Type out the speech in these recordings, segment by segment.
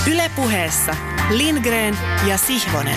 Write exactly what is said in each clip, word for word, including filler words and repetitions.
Yle Puheessa Lindgren ja Sihvonen.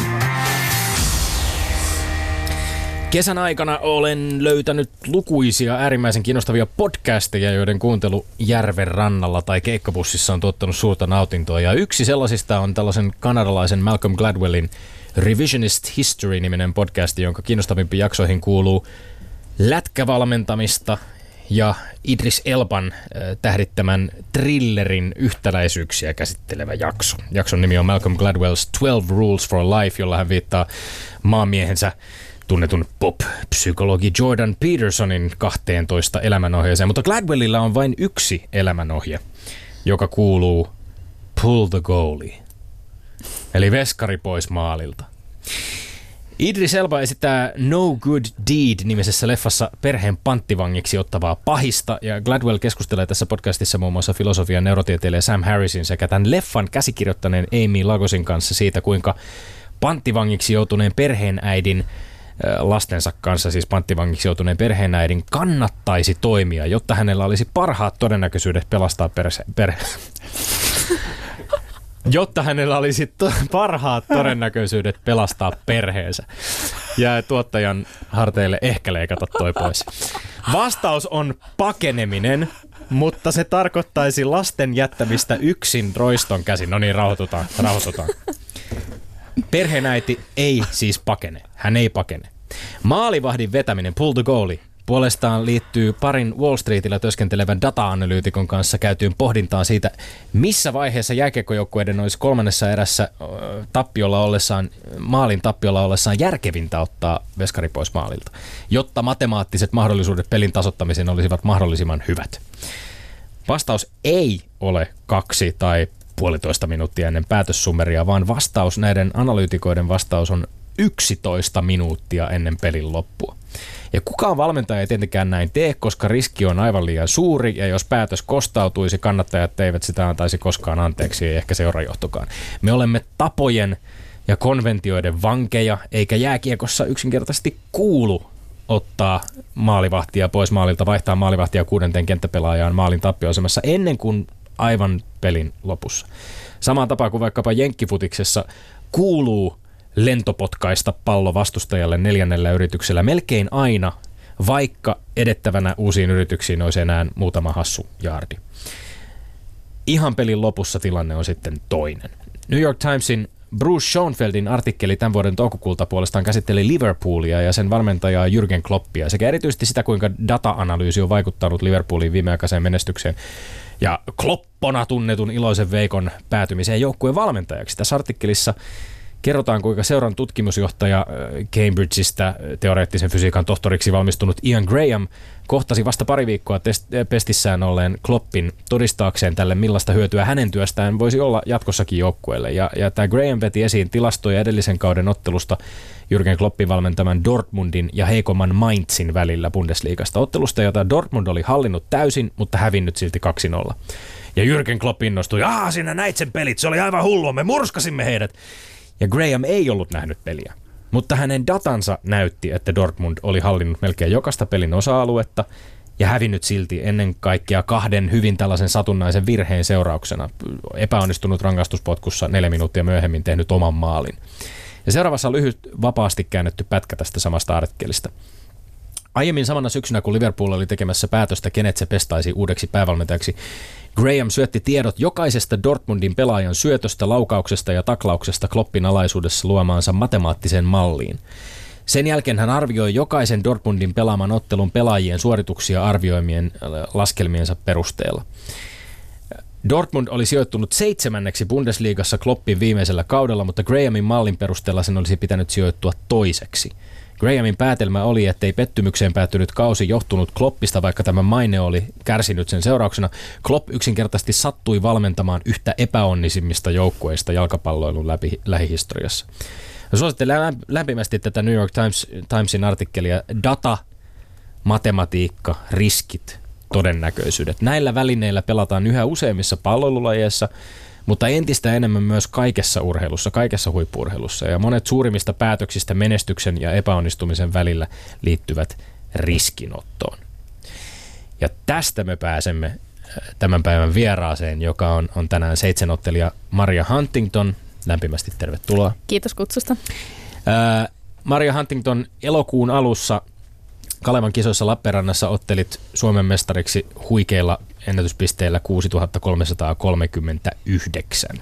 Kesän aikana olen löytänyt lukuisia äärimmäisen kiinnostavia podcasteja, joiden kuuntelu järven rannalla tai keikkabussissa on tuottanut suurta nautintoa. Ja yksi sellaisista on tällaisen kanadalaisen Malcolm Gladwellin Revisionist History-niminen podcast, jonka kiinnostavimpiin jaksoihin kuuluu lätkävalmentamista ja Idris Elban äh, tähdittämän thrillerin yhtäläisyyksiä käsittelevä jakso. Jakson nimi on Malcolm Gladwell's twelve Rules for Life, jolla hän viittaa maamiehensä tunnetun pop-psykologi Jordan Petersonin kahteentoista elämänohjeeseen. Mutta Gladwellilla on vain yksi elämänohje, joka kuuluu pull the goalie, eli veskari pois maalilta. Idris Elba esittää No Good Deed-nimisessä leffassa perheen panttivangiksi ottavaa pahista, ja Gladwell keskustelee tässä podcastissa muun muassa filosofian neurotieteilijä Sam Harrisin sekä tämän leffan käsikirjoittaneen Amy Lagosin kanssa siitä, kuinka panttivangiksi joutuneen perheenäidin lastensa kanssa, siis panttivangiksi joutuneen perheenäidin kannattaisi toimia, jotta hänellä olisi parhaat todennäköisyydet pelastaa perse, perhe... jotta hänellä olisi to- parhaat todennäköisyydet pelastaa perheensä. Ja tuottajan harteille ehkä leikata toi pois. Vastaus on pakeneminen, mutta se tarkoittaisi lasten jättämistä yksin roiston käsin. No niin, rauhoitutaan, rauhoitutaan. Perheenäiti ei siis pakene. Hän ei pakene. Maalivahdin vetäminen, pull the goalie, puolestaan liittyy parin Wall Streetillä työskentelevän data-analyytikon kanssa käytyyn pohdintaan siitä, missä vaiheessa jääkiekkojoukkueiden olisi kolmannessa erässä tappiolla ollessaan, maalin tappiolla ollessaan järkevintä ottaa veskari pois maalilta, jotta matemaattiset mahdollisuudet pelin tasoittamiseen olisivat mahdollisimman hyvät. Vastaus ei ole kaksi tai puolitoista minuuttia ennen päätössummeria, vaan vastaus, näiden analyytikoiden vastaus on yksitoista minuuttia ennen pelin loppua. Ja kukaan valmentaja ei tietenkään näin tee, koska riski on aivan liian suuri, ja jos päätös kostautuisi, kannattajat eivät sitä antaisi koskaan anteeksi, ei ehkä seurajohtokaan. Me olemme tapojen ja konventioiden vankeja, eikä jääkiekossa yksinkertaisesti kuulu ottaa maalivahtia pois maalilta, vaihtaa maalivahtia kuudenteen kenttäpelaajaan maalin tappioasemassa ennen kuin aivan pelin lopussa. Samaan tapaan kuin vaikkapa jenkkifutiksessa kuuluu lentopotkaista pallo vastustajalle neljännellä yrityksellä melkein aina, vaikka edettävänä uusiin yrityksiin olisi enää muutama hassu jaardi. Ihan pelin lopussa tilanne on sitten toinen. New York Timesin Bruce Schoenfeldin artikkeli tämän vuoden toukokuulta puolestaan käsitteli Liverpoolia ja sen valmentajaa Jürgen Kloppia sekä erityisesti sitä, kuinka data-analyysi on vaikuttanut Liverpoolin viimeaikaiseen menestykseen ja Kloppona tunnetun Iloisen Veikon päätymiseen joukkueen valmentajaksi. Tässä artikkelissa kerrotaan, kuinka seuran tutkimusjohtaja Cambridgeista teoreettisen fysiikan tohtoriksi valmistunut Ian Graham kohtasi vasta pari viikkoa test- pestissään olleen Kloppin todistaakseen tälle, millaista hyötyä hänen työstään voisi olla jatkossakin joukkueelle. Ja, ja tämä Graham veti esiin tilastoja edellisen kauden ottelusta Jürgen Kloppin valmentaman Dortmundin ja heikomman Mainzin välillä Bundesliigasta. Ottelusta, jota Dortmund oli hallinnut täysin, mutta hävinnyt silti kaksi nolla. Ja Jürgen Klopp innostui, aah, sinä näit sen pelit, se oli aivan hullua, me murskasimme heidät. Ja Graham ei ollut nähnyt peliä, mutta hänen datansa näytti, että Dortmund oli hallinnut melkein jokaista pelin osa-aluetta ja hävinnyt silti ennen kaikkea kahden hyvin tällaisen satunnaisen virheen seurauksena. Epäonnistunut rangaistuspotkussa neljä minuuttia myöhemmin tehnyt oman maalin. Ja seuraavassa on lyhyt vapaasti käännetty pätkä tästä samasta artikkelista. Aiemmin samana syksynä, kun Liverpool oli tekemässä päätöstä, kenet se pestaisi uudeksi päävalmentajaksi, Graham syötti tiedot jokaisesta Dortmundin pelaajan syötöstä, laukauksesta ja taklauksesta Kloppin alaisuudessa luomaansa matemaattiseen malliin. Sen jälkeen hän arvioi jokaisen Dortmundin pelaaman ottelun pelaajien suorituksia arvioimien laskelmiensa perusteella. Dortmund oli sijoittunut seitsemänneksi Bundesliigassa Kloppin viimeisellä kaudella, mutta Grahamin mallin perusteella sen olisi pitänyt sijoittua toiseksi. Grahamin päätelmä oli, ettei pettymykseen päättynyt kausi johtunut Kloppista, vaikka tämä maine oli kärsinyt sen seurauksena. Klopp yksinkertaisesti sattui valmentamaan yhtä epäonnisimmista joukkueista jalkapalloilun läpi, lähihistoriassa. Suosittelen lämpimästi tätä New York Times, Timesin artikkelia Data, matematiikka, riskit, todennäköisyydet. Näillä välineillä pelataan yhä useimmissa palloilulajeissa, mutta entistä enemmän myös kaikessa urheilussa, kaikessa huippu-urheilussa. Ja monet suurimmista päätöksistä menestyksen ja epäonnistumisen välillä liittyvät riskinottoon. Ja tästä me pääsemme tämän päivän vieraaseen, joka on, on tänään seitsemänottelija Maria Huntington. Lämpimästi tervetuloa. Kiitos kutsusta. Ää, Maria Huntington, elokuun alussa Kalevan kisoissa Lappeenrannassa ottelit Suomen mestariksi huikeilla ennätyspisteillä kuusituhatta kolmesataakolmekymmentäyhdeksän.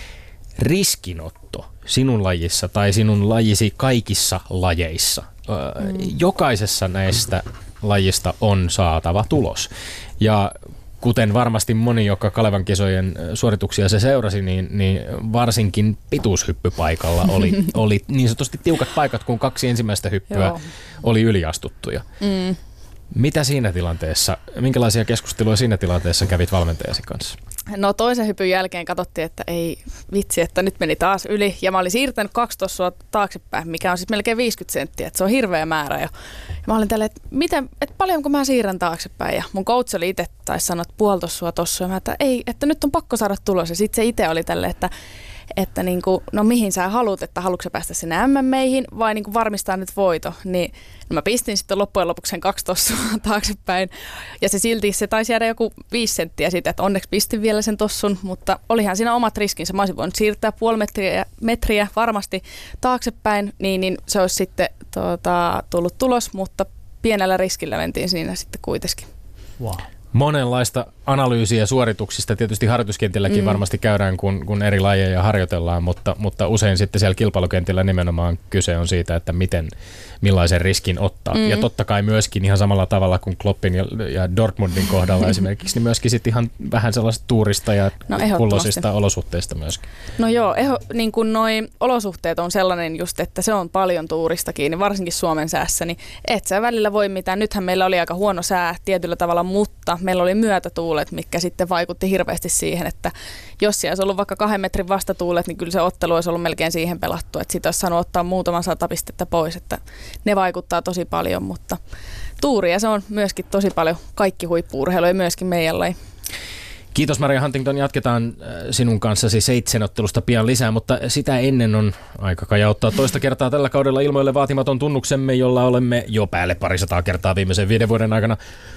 Riskinotto sinun lajissa tai sinun lajisi kaikissa lajeissa. Mm. Jokaisessa näistä lajista on saatava tulos. Ja kuten varmasti moni, joka Kalevan kisojen suorituksia se seurasi, niin, niin varsinkin pituushyppypaikalla oli, oli niin sanotusti tiukat paikat, kun kaksi ensimmäistä hyppyä Joo. oli yliastuttuja. Mm. Mitä siinä tilanteessa, minkälaisia keskusteluja siinä tilanteessa kävit valmentajasi kanssa? No toisen hypyn jälkeen katsottiin, että ei vitsi, että nyt meni taas yli. Ja mä olin siirtänyt kaksi tossua taaksepäin, mikä on siis melkein viisikymmentä senttiä, että se on hirveä määrä. Ja mä olin tälleen, että, miten, että paljonko mä siirrän taaksepäin. Ja mun coach oli itse taisi sanoa, että puoli tossua tossua. Ja mä että ei, että nyt on pakko saada tulos. Ja sitten se itse oli tälleen, että että niin kuin, no mihin sä haluat, että haluatko sä päästä sinne M M-meihin vai niin kuin varmistaa nyt voito. Niin no mä pistin sitten loppujen lopuksi sen kaksi tossua taaksepäin ja se silti, se taisi jäädä joku viisi senttiä siitä, että onneksi pistin vielä sen tossun, mutta olihan siinä omat riskinsä. Mä olisin voinut siirtää puoli metriä, metriä varmasti taaksepäin, niin, niin se olisi sitten tuota, tullut tulos, mutta pienellä riskillä mentiin siinä sitten kuitenkin. Wow. Monenlaista analyysiä suorituksista tietysti harjoituskentilläkin mm. varmasti käydään, kun, kun eri lajeja harjoitellaan, mutta, mutta usein sitten siellä kilpailukentillä nimenomaan kyse on siitä, että miten, millaisen riskin ottaa. Mm. Ja totta kai myöskin ihan samalla tavalla kuin Kloppin ja, ja Dortmundin kohdalla esimerkiksi, niin myöskin sitten ihan vähän sellaista tuurista ja no, kulloisista olosuhteista myöskin. No joo, eho, niin kuin noi olosuhteet on sellainen just, että se on paljon tuurista kiinni, varsinkin Suomen säässä, niin et sä välillä voi mitään. Nythän meillä oli aika huono sää tietyllä tavalla, mutta meillä oli myötätuulet, mitkä sitten vaikutti hirveästi siihen, että jos siellä olisi ollut vaikka kahden metrin vastatuulet, niin kyllä se ottelu olisi ollut melkein siihen pelattu, että siitä olisi saanut ottaa muutaman sata pistettä pois, että ne vaikuttaa tosi paljon, mutta tuuria se on myöskin tosi paljon, kaikki huippu-urheilu ja myöskin meidän laji. Kiitos Maria Huntington, jatketaan sinun kanssasi seitsemänottelusta pian lisää, mutta sitä ennen on aika kajauttaa toista kertaa tällä kaudella ilmoille vaatimaton tunnuksemme, jolla olemme jo päälle parisataa kertaa viimeisen viiden vuoden aikana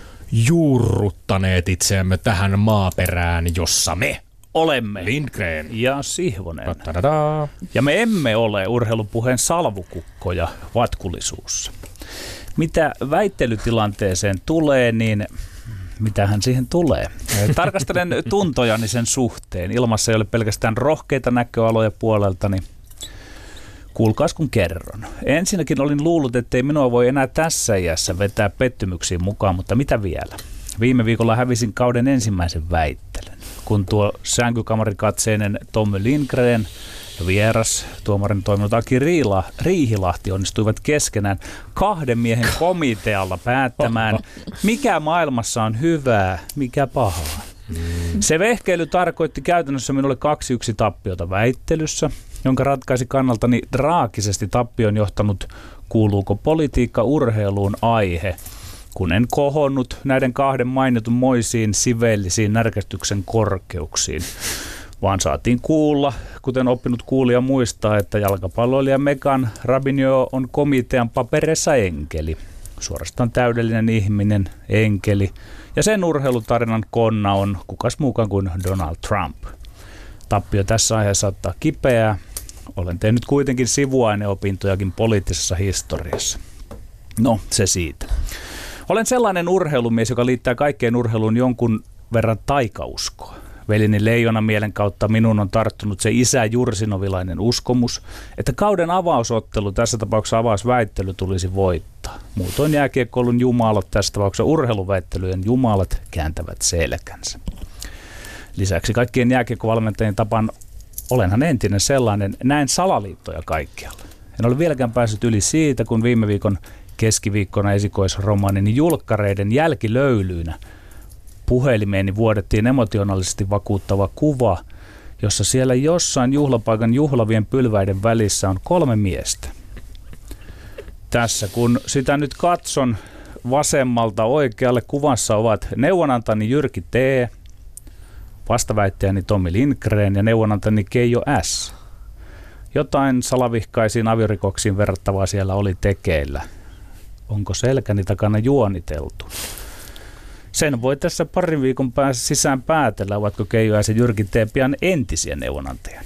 juurruttaneet itseämme tähän maaperään, jossa me olemme Lindgren ja Sihvonen. Ta-da-da. Ja me emme ole urheilupuheen salvukukkoja vatkulisuussa. Mitä väittelytilanteeseen tulee, niin mitähän siihen tulee? Tarkastelen tuntojani sen suhteen. Ilmassa ei ole pelkästään rohkeita näköaloja puoleltani. Kuulkaas kun kerron. Ensinnäkin olin luullut, ettei minua voi enää tässä iässä vetää pettymyksiin mukaan, mutta mitä vielä? Viime viikolla hävisin kauden ensimmäisen väittelyn, kun tuo sänkykamarikatseinen Tommy Lindgren ja vieras tuomarin toiminut Aki Riila, Riihilahti onnistuivat keskenään kahden miehen komitealla päättämään, mikä maailmassa on hyvää, mikä pahaa. Se vehkeily tarkoitti käytännössä minulle kaksi yksi tappiota väittelyssä, jonka ratkaisi kannaltani draakisesti tappion johtanut kuuluuko politiikka urheiluun aihe, kun en kohonnut näiden kahden mainitun moisiin siveellisiin närkästyksen korkeuksiin, vaan saatiin kuulla, kuten oppinut kuulija muistaa, että jalkapalloilija Megan Rapinoe on komitean papereissa enkeli, suorastaan täydellinen ihminen, enkeli, ja sen urheilutarinan konna on kukas muukaan kuin Donald Trump. Tappio tässä aiheessa ottaa kipeää. Olen tehnyt kuitenkin sivuaineopintojakin poliittisessa historiassa. No, se siitä. Olen sellainen urheilumies, joka liittää kaikkeen urheiluun jonkun verran taikauskoa. Velini Leijonamielen kautta minun on tarttunut se isä jursinovilainen uskomus, että kauden avausottelu, tässä tapauksessa avausväittely, tulisi voittaa. Muutoin jääkiekkoilun jumalat, tässä tapauksessa urheiluväittelyjen jumalat, kääntävät selkänsä. Lisäksi kaikkien jääkiekkovalmentajien tapaan olenhan entinen sellainen, näen salaliittoja kaikkialla. En ole vieläkään päässyt yli siitä, kun viime viikon keskiviikkona esikoisromaanini julkkareiden jälkilöylyinä puhelimeeni vuodettiin emotionaalisesti vakuuttava kuva, jossa siellä jossain juhlapaikan juhlavien pylväiden välissä on kolme miestä. Tässä kun sitä nyt katson vasemmalta oikealle, kuvassa ovat neuvonantani Jyrki T., vastaväittäjäni Tommy Lindgren ja neuvonantani Keijo S. Jotain salavihkaisiin aviorikoksiin verrattavaa siellä oli tekeillä. Onko selkäni takana juoniteltu? Sen voi tässä parin viikon päässä sisään päätellä, ovatko Keijoäisen Jyrki T. pian entisiä neuvonantajani.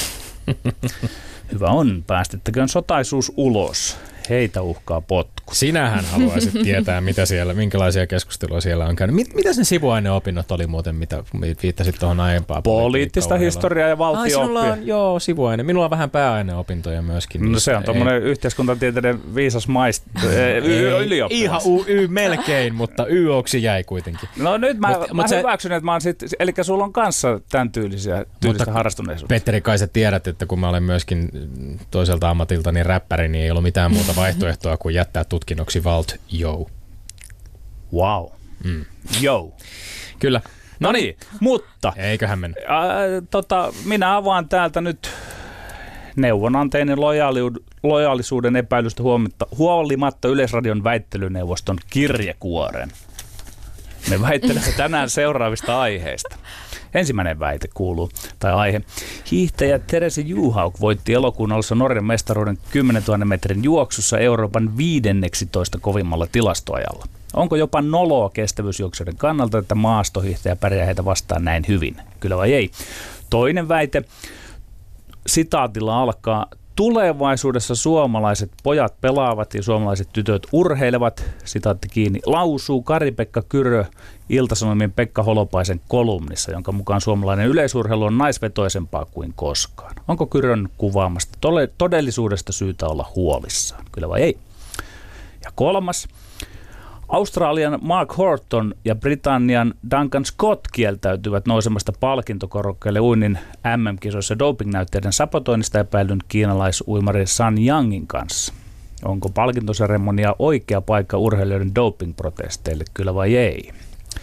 Hyvä on, päästettäköön sotaisuus ulos. Heitä uhkaa potku. Sinähän haluaisit tietää, mitä siellä, minkälaisia keskusteluja siellä on käynyt. Mit, mitä sen sivuaineopinnot oli muuten, mitä viittasit tuohon aiempaan? Poliittista historiaa ja valtio-oppia. On, joo, sivuaine. Minulla on vähän pääaineopintoja myöskin. No se on tuommoinen yhteiskuntatieteiden viisas maist... ylioppilas. Ihan y, y, melkein, mutta y-oksi jäi kuitenkin. No nyt mä, mut, mä mut hyväksyn, se, että mä oon sit... Eli sulla on kanssa tämän tyylisiä, tyylistä harrastuneisuutta. Petteri, kai sä tiedät, että kun mä olen myöskin toiselta ammatiltani räppäri, niin ei ollut mitään muuta vaihtoehtoa kuin jättää tutkinnoksi Valt Yo. Wow. Mm. Yo. Kyllä. No niin, mutta... Eiköhän mennä. Ää, tota, minä avaan täältä nyt neuvonantajien lojaali- lojaalisuuden epäilystä huomitta, huolimatta Yleisradion väittelyneuvoston kirjekuoren. Me väittelemme tänään seuraavista aiheista. Ensimmäinen väite kuuluu, tai aihe. Hiihtäjä Therese Johaug voitti elokuun alussa Norjan mestaruuden kymmenentuhannen metrin juoksussa Euroopan viidenneksitoista kovimmalla tilastoajalla. Onko jopa noloa kestävyysjuoksijoiden kannalta, että maastohiihtäjä pärjää heitä vastaan näin hyvin? Kyllä vai ei? Toinen väite, sitaatilla alkaa. Tulevaisuudessa suomalaiset pojat pelaavat ja suomalaiset tytöt urheilevat, sitaatti kiinni, lausuu Kari-Pekka Kyrö Ilta-Sanomien Pekka Holopaisen kolumnissa, jonka mukaan suomalainen yleisurheilu on naisvetoisempaa kuin koskaan. Onko Kyrön kuvaamasta todellisuudesta syytä olla huolissaan? Kyllä vai ei? Ja kolmas. Australian Mark Horton ja Britannian Duncan Scott kieltäytyvät nousemasta palkintokorokkeelle uinnin M M-kisoissa dopingnäytteiden sabotoinnista epäilyn kiinalaisuimari Sun Yangin kanssa. Onko palkintoseremonia oikea paikka urheilijoiden dopingprotesteille, kyllä vai ei?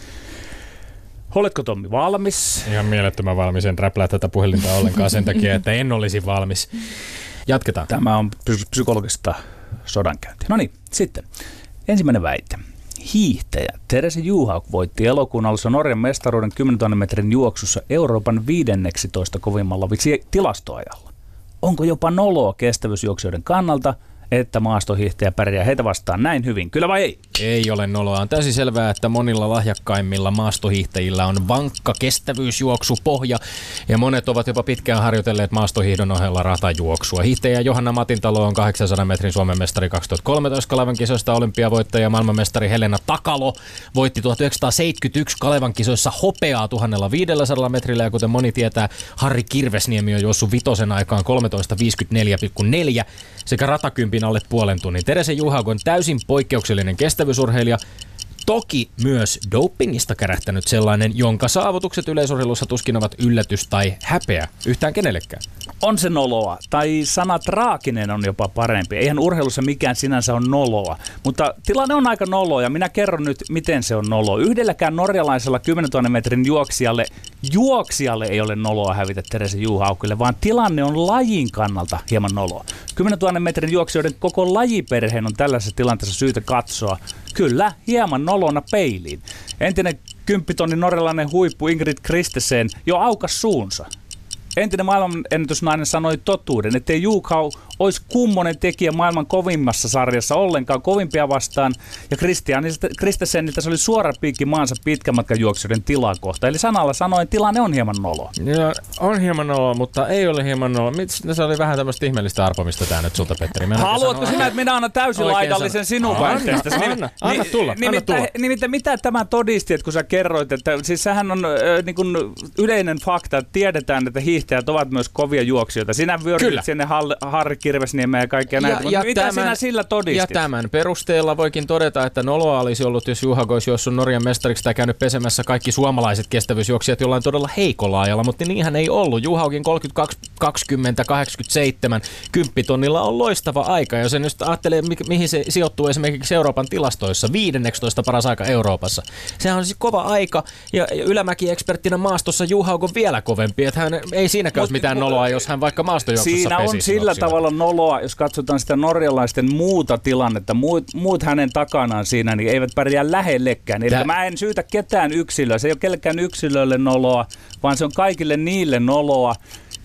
Oletko Tommi valmis? Ihan mielettömän valmis, en räplää tätä puhelinta ollenkaan sen takia, että en olisi valmis. Jatketaan. Tämä on psykologista sodankäyntiä. No niin, sitten ensimmäinen väite. Hiihtäjä Therese Johaug voitti elokuun alussa Norjan mestaruuden kymmenentuhannen metrin juoksussa Euroopan viidenneksitoista kovimmalla tilastoajalla. Onko jopa noloa kestävyysjuoksijoiden kannalta, että maastohiihtäjä pärjää heitä vastaan näin hyvin? Kyllä vai ei? Ei ole noloa. On täysin selvää, että monilla lahjakkaimmilla maastohiihtäjillä on vankka kestävyysjuoksupohja ja monet ovat jopa pitkään harjoitelleet maastohiihdon ohella ratajuoksua. Hiihtäjä Johanna Matintalo on kahdeksansadan metrin Suomen mestari kaksituhattakolmetoista Kalevan kisoista, olympiavoittaja maailmanmestari Helena Takalo voitti tuhatyhdeksänsataaseitsemänkymmentäyksi Kalevan kisoissa hopeaa tuhatviisisataa metrillä ja kuten moni tietää, Harri Kirvesniemi on juossut vitosen aikaan kolmetoista viisikymmentäneljä pilkku neljä sekä ratakympin alle puolen tunnin. Therese Johaug on täysin poikkeuksellinen kestävyysurheilija, toki myös dopingista kärähtänyt sellainen, jonka saavutukset yleisurheilussa tuskin ovat yllätys tai häpeä yhtään kenellekään. On se noloa, tai sana traaginen on jopa parempi. Eihän urheilussa mikään sinänsä on noloa, mutta tilanne on aika noloa ja minä kerron nyt, miten se on noloa. Yhdelläkään norjalaisella kymmenentuhannen metrin juoksijalle, juoksijalle ei ole noloa hävitä Therese Johaugille, vaan tilanne on lajin kannalta hieman noloa. kymmenentuhannen metrin juoksijoiden koko lajiperheen on tällaisessa tilanteessa syytä katsoa, kyllä, hieman nolona peiliin. Entinen kymppitonnin norjalainen huippu Ingrid Kristensen jo aukas suunsa. Entinen maailmanennätysnainen sanoi totuuden, ettei Johaug olisi kummonen tekijä maailman kovimmassa sarjassa ollenkaan kovimpia vastaan. Ja Kristenseniltä se oli suora piikki maansa pitkän matkan juoksijoiden tilaa kohta. Eli sanalla sanoen tilanne on hieman nolo. Ja on hieman noloa, mutta ei ole hieman noloa. Se oli vähän tämmöistä ihmeellistä arpomista tää nyt sulta, Petteri. Haluatko sinä, että minä annan täysin laidallisen sinun väitteestäsi? Anna, anna, anna tulla, anna tulla. Nimittäin mitä tämä todisti, että kun sä kerroit, että siis sehän on äh, niin kuin yleinen fakta, että tiedetään, että hiihtäjät ovat myös kovia juoksijoita. Sinä vyörytit sinne Harri Kirvesniemeä ja kaikkea näitä, mutta mitä tämän, sinä sillä todistit? Ja tämän perusteella voikin todeta, että noloa olisi ollut, jos Johaug olisi juossut Norjan mestariksi tai käynyt pesemässä kaikki suomalaiset kestävyysjuoksijat jollain todella heikolla ajalla, mutta niinhän ei ollut. Johaugin kolmekymmentäkaksi kaksikymmentä kahdeksankymmentäseitsemän kymppitonnilla on loistava aika, ja sen just ajattelee, mi- mihin se sijoittuu esimerkiksi Euroopan tilastoissa, viidenneksitoista paras aika Euroopassa. Sehän on siis kova aika, ja Ylämäki-eksperttinä maastossa Johaug on vielä kovempi, että hän ei siinäkään ole mitään noloa, jos hän vaikka maastojuoksussa siinä on sillä tavalla noloa, jos katsotaan sitä norjalaisten muuta tilannetta, muut, muut hänen takanaan siinä, niin eivät pärjää lähellekään. Eli mä en syytä ketään yksilöä, se ei ole kellekään yksilölle noloa, vaan se on kaikille niille noloa,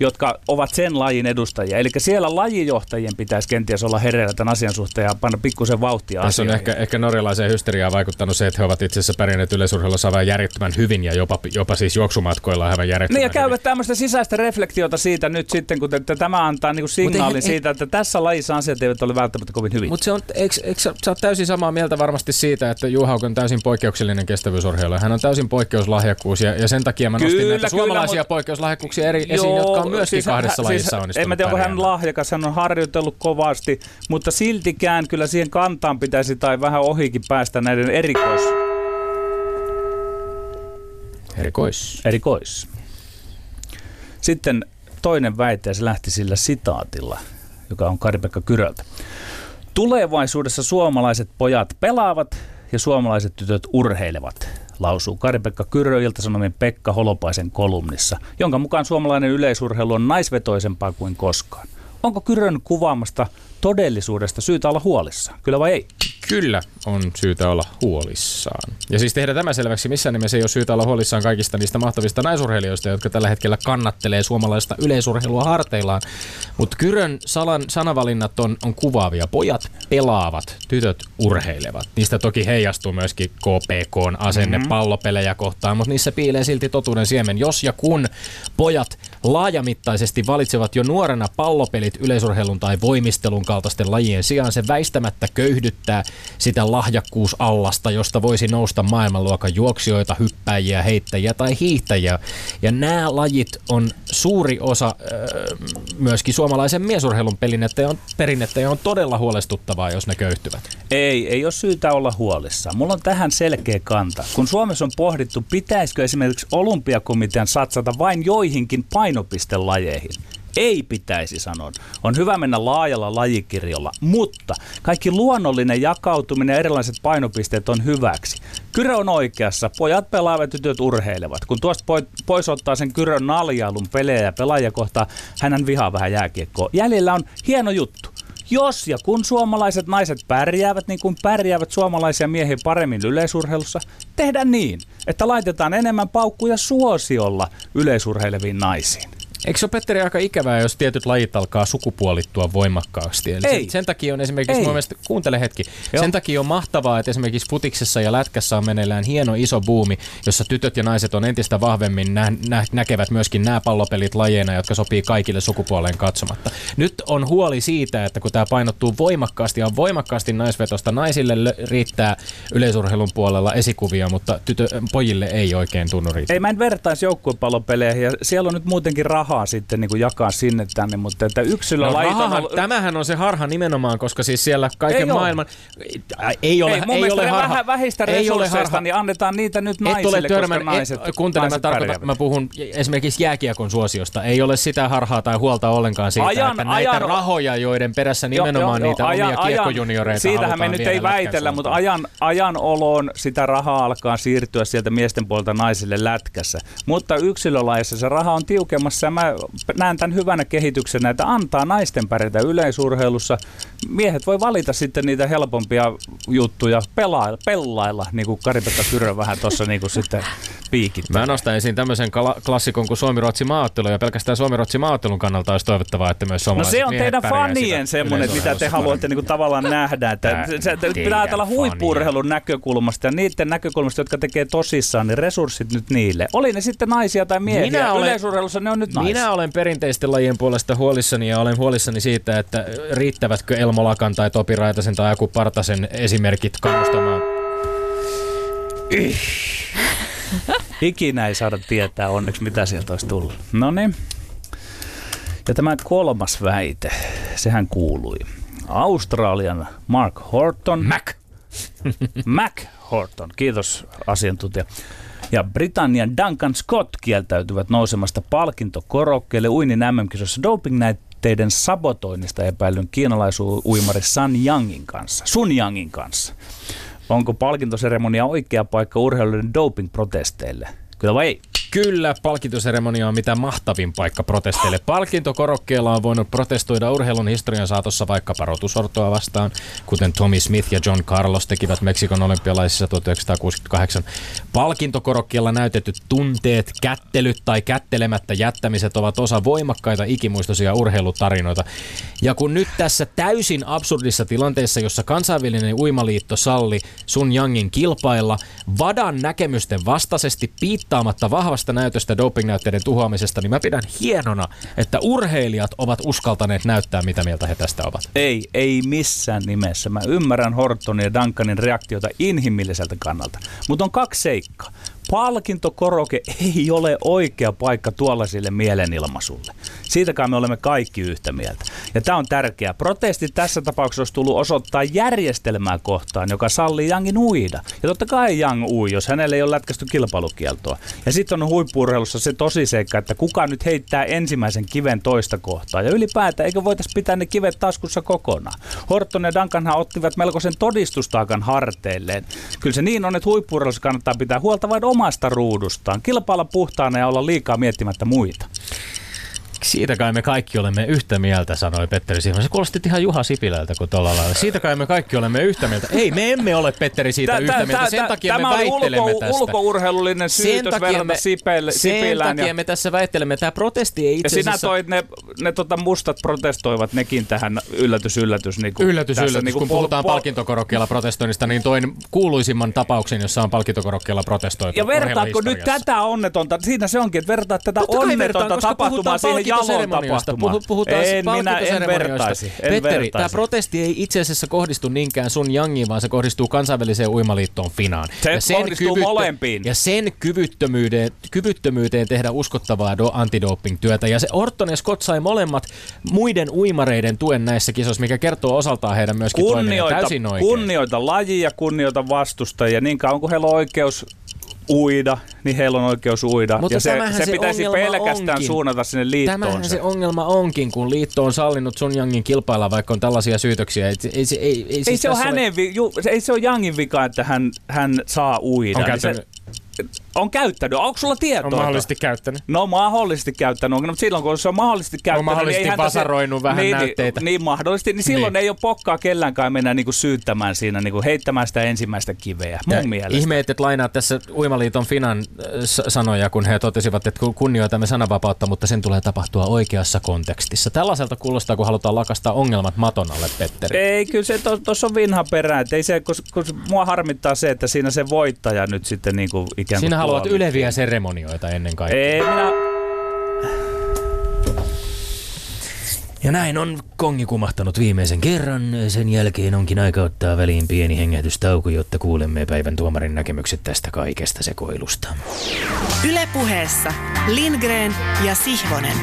jotka ovat sen lajin edustajia. Eli siellä lajijohtajien pitäisi kenties olla hereillä tämän asian suhteen ja panna pikkusen vauhtia asioihin. Tässä on ehkä, ehkä norjalaiseen hysteriaan vaikuttanut se, että he ovat itse asiassa pärjänneet yleisurheilussa aivan järjettömän hyvin ja jopa, jopa siis juoksumatkoilla aivan järjettömän niin ja käyvät hyvin. Tämmöistä sisäistä reflektiota siitä nyt sitten, kun te, tämä antaa niinku signaalin eihän, siitä, että tässä lajissa asiat eivät ole välttämättä kovin hyvin. Mutta se on, eikö, eikö sä, sä oot täysin samaa mieltä varmasti siitä, että Juhauk on täysin poikkeuksellinen kestävyysurheilija. Hän on täysin poikkeuslahjakkuus ja, ja sen takia mä nostin kyllä, näitä kyllä, suomalaisia mutta poikkeuslahjakkuuksia eri, joo, esiin, jotka on myöskin siis kahdessa hän, lajissa siis, onnistunut. En mä tiedä, onko hän lahjakas, hän on harjoitellut kovasti, mutta siltikään kyllä siihen kantaan pitäisi tai vähän ohikin päästä näiden erikois... Erikois. Erikois. Sitten toinen väite, ja se lähti sillä sitaatilla, joka on Kari-Pekka Kyröltä. Tulevaisuudessa suomalaiset pojat pelaavat ja suomalaiset tytöt urheilevat, lausuu Kari-Pekka Kyrö Ilta-Sanomien Pekka Holopaisen kolumnissa, jonka mukaan suomalainen yleisurheilu on naisvetoisempaa kuin koskaan. Onko Kyrön kuvaamasta todellisuudesta syytä olla huolissaan? Kyllä vai ei? Kyllä on syytä olla huolissaan. Ja siis tehdä tämä selväksi, missään nimessä ei ole syytä olla huolissaan kaikista niistä mahtavista naisurheilijoista, jotka tällä hetkellä kannattelee suomalaista yleisurheilua harteillaan. Mutta Kyrön salan, sanavalinnat on, on kuvaavia. Pojat pelaavat, tytöt urheilevat. Niistä toki heijastuu myöskin K P K:n asenne mm-hmm. pallopelejä kohtaan, mutta niissä piilee silti totuuden siemen. Jos ja kun pojat laajamittaisesti valitsevat jo nuorena pallopelit yleisurheilun tai voimistelun kaltaisten lajien sijaan, se väistämättä köyhdyttää sitä lahjakkuusallasta, josta voisi nousta maailmanluokan juoksijoita, hyppäjiä, heittäjiä tai hiihtäjiä. Ja nämä lajit on suuri osa äh, myöskin suomalaisen miesurheilun perinnettä ja, on, perinnettä ja on todella huolestuttavaa, jos ne köyhtyvät. Ei, ei ole syytä olla huolissaan. Mulla on tähän selkeä kanta. Kun Suomessa on pohdittu, pitäisikö esimerkiksi olympiakomitean satsata vain joihinkin painopistelajeihin. Ei pitäisi sanoa. On hyvä mennä laajalla lajikirjolla, mutta kaikki luonnollinen jakautuminen ja erilaiset painopisteet on hyväksi. Kyrö on oikeassa. Pojat pelaavat, tytöt urheilevat. Kun tuosta pois ottaa sen Kyrön naljailun pelejä ja pelaajia kohtaa, hän vihaa vähän jääkiekkoa. Jäljellä on hieno juttu. Jos ja kun suomalaiset naiset pärjäävät niin kuin pärjäävät suomalaisia miehiä paremmin yleisurheilussa, tehdään niin, että laitetaan enemmän paukkuja suosiolla yleisurheileviin naisiin. Eikö se ole, Petteri, aika ikävää, jos tietyt lajit alkaa sukupuolittua voimakkaasti? Eli sen, sen takia on esimerkiksi, mun mielestä, kuuntele hetki, Joo. sen takia on mahtavaa, että esimerkiksi futiksessa ja lätkässä on meneillään hieno iso buumi, jossa tytöt ja naiset on entistä vahvemmin nä- nä- näkevät myöskin nämä pallopelit lajeina, jotka sopii kaikille sukupuoleen katsomatta. Nyt on huoli siitä, että kun tämä painottuu voimakkaasti ja on voimakkaasti naisvetosta, naisille lö- riittää yleisurheilun puolella esikuvia, mutta tytö- pojille ei oikein tunnu riittää. Ei, mä en vertaisi joukkuepallopeleihin ja siellä on nyt muutenkin rahaa sitten niin kuin jakaa sinne tänne, mutta että yksilölajit no, on... Tämähän on se harha nimenomaan, koska siis siellä kaiken ei maailman... Ole. Ei ole, ei, ei ole harha. Vähän vähistä resursseista, niin annetaan niitä nyt naisille, törmän, koska naiset, et, kuuntele, naiset mä, tarkoitan, mä puhun esimerkiksi jääkiekon suosiosta. Ei ole sitä harhaa tai huolta ollenkaan siitä, ajan, että näitä ajan, rahoja, joiden perässä nimenomaan jo, jo, niitä ajan, omia kiekkojunioreita siitähän me nyt ei väitellä, mutta ajan, ajan oloon sitä rahaa alkaa siirtyä sieltä miesten puolelta naisille lätkässä. Mutta yksilölajissa se raha on tiukemmassa ja mä näen tämän hyvänä kehityksenä, että antaa naisten pärjätä yleisurheilussa. Miehet voi valita sitten niitä helpompia juttuja pelailla, pellailla, niin kuin Kari-Pekka Kyrö vähän tuossa niin kuin sitten piikittää. Mä nostan esiin tämmöisen kala- klassikon kuin Suomi-Ruotsi maaottelu, ja pelkästään Suomi-Ruotsi maaottelun kannalta olisi toivottavaa, että myös suomalaiset no se on teidän fanien semmoinen, mitä te haluatte niin kuin tavallaan nähdä. Että se, se, pitää ajatella huippu-urheilun näkökulmasta ja niiden näkökulmasta, jotka tekee tosissaan, niin resurssit nyt niille. Oli ne sitten naisia tai miehiä. Minä olen, yleisurheilussa ne on nyt naisia. Minä olen perinteisten lajien puolesta huolissani ja olen huolissani siitä, että riittävätkö Elmo Lakan tai Topi Raitasen tai Aku Partasen esimerkit kannustamaan. Ikinä ei saada tietää onneksi, mitä sieltä olisi tullut. Noniin. Ja tämä kolmas väite, sehän kuului. Australian Mark Horton. Mac. Mac Horton, kiitos asiantuntija. Ja Britannian Duncan Scott kieltäytyvät nousemasta palkintokorokkeelle uinnin M M-kisossa dopingnäytteiden sabotoinnista epäilyn kiinalaisuuimari Sun Yangin kanssa. Sun Yangin kanssa. Onko palkintoseremonia oikea paikka urheilijoiden doping-protesteille? Kyllä vai ei? Kyllä, palkintoseremonia on mitä mahtavin paikka protesteille. Palkintokorokkeella on voinut protestoida urheilun historian saatossa vaikkapa rotusortoa vastaan, kuten Tommy Smith ja John Carlos tekivät Meksikon olympialaisissa tuhatyhdeksänsataakuusikymmentäkahdeksan. Palkintokorokkeella näytetyt tunteet, kättelyt tai kättelemättä jättämiset ovat osa voimakkaita ikimuistoisia urheilutarinoita. Ja kun nyt tässä täysin absurdissa tilanteessa, jossa kansainvälinen uimaliitto salli Sun Yangin kilpailla VADAn näkemysten vastaisesti piittaamatta vahvasta näytöstä dopingnäytteiden tuhoamisesta, niin mä pidän hienona, että urheilijat ovat uskaltaneet näyttää, mitä mieltä he tästä ovat. Ei, ei missään nimessä. Mä ymmärrän Hortonin ja Duncanin reaktiota inhimilliseltä kannalta, mutta on kaksi seikkaa. Palkintokoroke ei ole oikea paikka tuollaisille mielenilmaisulle. Siitäkään me olemme kaikki yhtä mieltä. Ja tämä on tärkeää. Protesti tässä tapauksessa olisi tullut osoittaa järjestelmää kohtaan, joka sallii Yangin uida. Ja totta kai Yang ui, jos hänelle ei ole lätkästy kilpailukieltoa. Ja sitten on huippu-urheilussa se tosiseikka, että kuka nyt heittää ensimmäisen kiven toista kohtaa. Ja ylipäätään, eikö voitaisiin pitää ne kivet taskussa kokonaan? Horton ja Duncanhan ottivat melkoisen todistustaakan harteilleen. Kyllä se niin on, että huippu-urheilussa kannattaa pitää huolta vain omasta ruudustaan, kilpailla puhtaana ja olla liikaa miettimättä muita. Siitä kai me kaikki olemme yhtä mieltä, sanoi Petteri Sihvonen. Se kuulosti ihan Juha Sipilältä, kun tuolla lailla. Siitä kai me kaikki olemme yhtä mieltä. Ei, me emme ole, Petteri, siitä tää, yhtä tää, mieltä. Sen tää, takia tämä me väittelemme ulko, tästä. ulkourheilullinen syytös verrata me, Sipilään. Sen takia ja... me tässä väittelemme. Tämä protesti ei itse ja asiassa... sinä toit ne, ne tota mustat protestoivat nekin tähän yllätys, yllätys. Niin kuin yllätys, tässä, yllätys. Niin kun pol- puhutaan pol- palkintokorokkeella protestoinnista, niin toin kuuluisimman tapauksen, jossa on palkintokorokkeella protestoitu. Ja vertaatko nyt tätä onnetonta? Siinä se onkin, että vertaat tätä Totta onnetonta tapahtumaa siihen jaloon tapahtumaan. Puhutaan en minä en vertaisi. En Petteri, vertaisi. tämä protesti ei itse asiassa kohdistu niinkään Sun Yangiin, vaan se kohdistuu kansainväliseen uimaliittoon Finaan. Se ja sen kohdistuu kyvyttö- molempiin. Ja sen kyvyttömyyteen, kyvyttömyyteen tehdä uskottavaa do- antidoping-työtä. Ja se Orton ja Scott sai molemmat muiden uimareiden tuen näissä kisoissa, mikä kertoo osaltaan heidän myöskin toiminnan täysin oikein. Kunnioita lajia, kunnioita vastustajia, niin kauan kuin heillä on oikeus uida, niin heillä on oikeus uida. Mutta ja se, se, se pitäisi pelkästään onkin. suunnata sinne liittoon. Tämähän se ongelma onkin, kun liitto on sallinut Sun Yangin kilpailla, vaikka on tällaisia syytöksiä. Ei, ei, ei, ei, ei, siis se ole ole... hänen, ju, ei se ole Yangin vika, että hän, hän saa uida. On käyttänyt... Se, on käyttänyt. Onko sulla tietoa? On mahdollisesti käyttänyt. No mahdollisesti käyttänyt. Mutta silloin kun se on mahdollisesti käyttänyt... On mahdollisesti niin vasaroinut se, vähän niin, näytteitä. Niin mahdollisesti. Niin silloin niin. Ei ole pokkaa kellänkään mennä niinku syyttämään siinä, niinku heittämään sitä ensimmäistä kiveä. Mun ja mielestä. Ihmeet, että lainaat tässä Uimaliiton Finan sanoja, kun he totesivat, että kunnioitamme sananvapautta, mutta sen tulee tapahtua oikeassa kontekstissa. Tällaiselta kuulostaa, kun halutaan lakastaa ongelmat maton alle, Petteri. Ei, kyllä se tuossa on vinha perä. Et ei se, kun, kun mua harmittaa se, että siinä se voittaja nyt sitten niinku ikään kuin... Sinä haluat yleviä seremonioita ennen kaikkea. Ei, minä... Ja näin on kongi kumahtanut viimeisen kerran. Sen jälkeen onkin aika ottaa väliin pieni hengähdystauko, jotta kuulemme päivän tuomarin näkemykset tästä kaikesta sekoilusta. Yle Puheessa Lindgren ja Sihvonen.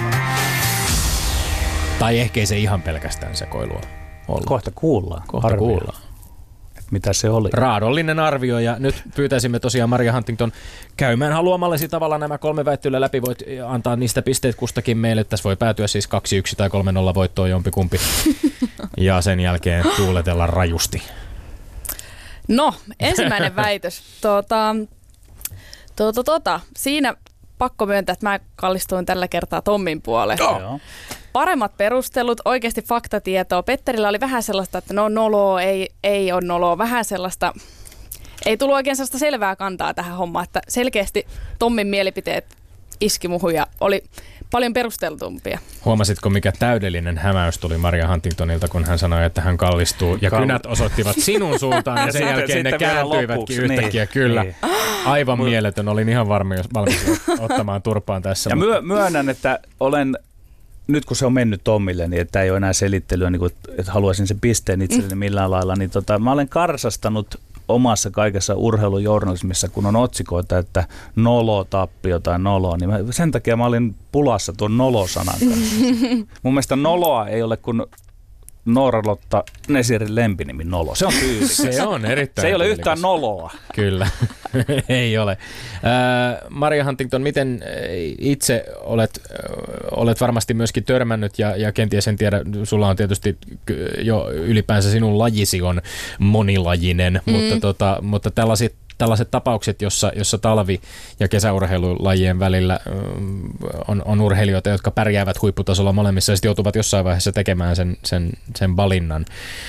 Tai ehkä ei se ihan pelkästään sekoilua ollut. Kohta kuullaan. Kohta Arvio. kuullaan. Mitä se oli? Raadollinen arvio, ja nyt pyytäisimme tosiaan Maria Huntington käymään haluamallesi tavalla nämä kolme väittelyä läpi. Voit antaa niistä pisteet kustakin meille. Tässä voi päätyä siis kaksi yksi tai kolme nolla voittoon jompikumpi. Ja sen jälkeen tuuletella rajusti. No, ensimmäinen väitös. Tuota, tuota, tuota, siinä pakko myöntää, että mä kallistuin tällä kertaa Tommin puoleen. Oh. Paremmat perustelut, oikeasti faktatietoa. Petterillä oli vähän sellaista, että no noloa, ei, ei ole noloa. Vähän sellaista, ei tullut oikein sellaista selvää kantaa tähän hommaan, että selkeästi Tommin mielipiteet iski muhun ja oli paljon perusteltumpia. Huomasitko, mikä täydellinen hämäys tuli Maria Huntingtonilta, kun hän sanoi, että hän kallistuu ja Kall- kynät osoittivat sinun suuntaan ja, ja sen jälkeen sitten ne kääntyivätkin yhtäkkiä. Niin, kyllä, niin. Aivan mieletön. Olin ihan valmis, valmis ottamaan turpaan tässä. Ja myö, myönnän, että olen... Nyt kun se on mennyt Tommille, niin että ei ole enää selittelyä, niin kuin, että haluaisin sen pisteen itselleni millään lailla, niin tota, mä olen karsastanut omassa kaikessa urheilujournalismissa, kun on otsikoita, että nolo, tappio tai nolo, niin mä, sen takia mä olin pulassa tuon nolo-sanan kanssa. Mun mielestä noloa ei ole kuin Noora-Lotta Nesirin lempinimi Nolo. Se on tyylikäs. Se on erittäin Se ei ole tyylikäs. yhtään noloa. Kyllä, ei ole. Äh, Maria Huntington, miten itse olet, olet varmasti myöskin törmännyt ja, ja kenties en tiedä, sulla on tietysti jo ylipäänsä sinun lajisi on monilajinen, mm. mutta, tota, mutta tällaiset tällaiset tapaukset, jossa, jossa talvi- ja kesäurheilulajien välillä on, on urheilijoita, jotka pärjäävät huipputasolla molemmissa ja sitten joutuvat jossain vaiheessa tekemään sen, sen, sen valinnan.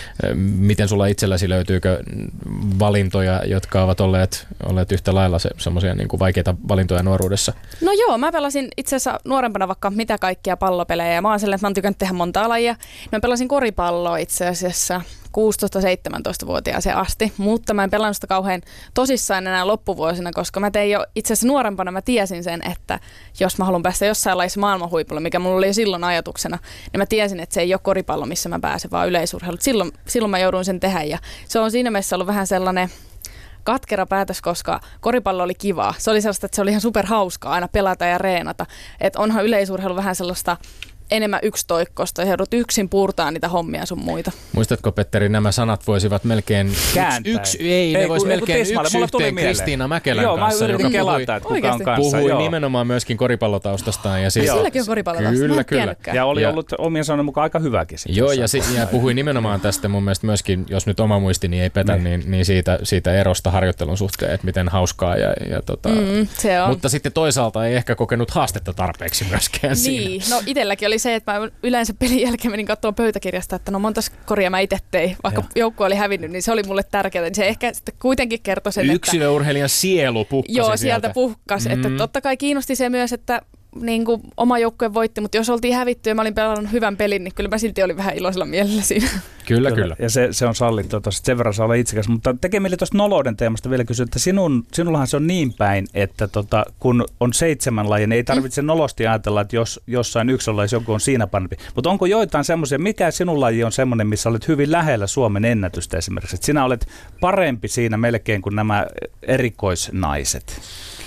Miten sulla itselläsi löytyykö valintoja, jotka ovat olleet, olleet yhtä lailla se, semmoisia niin kuin vaikeita valintoja nuoruudessa? No joo, mä pelasin itse asiassa nuorempana vaikka mitä kaikkia pallopelejä ja mä oon sellainen, että mä oon tykännyt tehdä montaa lajia. Mä pelasin koripalloa itse asiassa kuusitoista-seitsemäntoista-vuotiaaseen asti, mutta mä en pelannut sitä kauhean tosissaan enää loppuvuosina, koska mä tein jo itse asiassa nuorempana, mä tiesin sen, että jos mä haluan päästä jossain lajissa maailman huipulle, mikä mulla oli jo silloin ajatuksena, niin mä tiesin, että se ei ole koripallo, missä mä pääsen, vaan yleisurheilut. Silloin, silloin mä jouduin sen tehdä ja se on siinä mielessä ollut vähän sellainen katkera päätös, koska koripallo oli kivaa. Se oli sellaista, että se oli ihan superhauskaa aina pelata ja reenata. Että onhan yleisurheilu vähän sellaista enemmän yksitoikkoista ja joudut yksin puurtaa niitä hommia sun muita. Muistatko, Petteri, nämä sanat voisivat melkein kääntää. Yksi, yksi, ei, ei, ne vois melkein yksi yhteen Kristiina Mäkelän Joo, kanssa, joka puhui, kelata, että kuka on kanssa, puhui joo. nimenomaan myöskin koripallotaustastaan. Ja siis, silläkin on koripallotaustaa. Kyllä, kyllä. Ja oli ja, ollut omien sanoen mukaan aika hyväkin. Joo, ja, si, ja puhui nimenomaan tästä mun mielestä myöskin, jos nyt oma muistini ei petä, niin, niin siitä, siitä erosta harjoittelun suhteen, että miten hauskaa. Ja, ja tota, mm, se on. Mutta sitten toisaalta ei ehkä kokenut haastetta tarpeeksi myöskään niin, siinä. no itselläkin oli se, että mä yleensä pelin jälkeen menin katsomaan pöytäkirjasta, että no montas koria mä itse tein, vaikka ja. joukkue oli hävinnyt, niin se oli mulle tärkeää. Niin se ehkä sitten kuitenkin kertoi sen, yksilöurheilijan sielu pukkasi joo, sieltä. sieltä puhkas. Mm. Että totta kai kiinnosti se myös, että niin kuin oma joukkue voitti, mutta jos oltiin hävitty ja mä olin pelannut hyvän pelin, niin kyllä mä silti olin vähän iloisella mielellä siinä. Kyllä, kyllä. Ja se, se on sallittua tuossa, sen verran saa olla itsekäs. Mutta tekee mieli tuosta nolouden teemasta vielä kysyä, että sinun, sinullahan se on niin päin, että tota, kun on seitsemän lajia, niin ei tarvitse mm. nolosti ajatella, että jos jossain yksi lajissa joku on siinä parempi. Mutta onko joitain semmoisia, mikä sinun laji on semmoinen, missä olet hyvin lähellä Suomen ennätystä esimerkiksi? Että sinä olet parempi siinä melkein kuin nämä erikoisnaiset.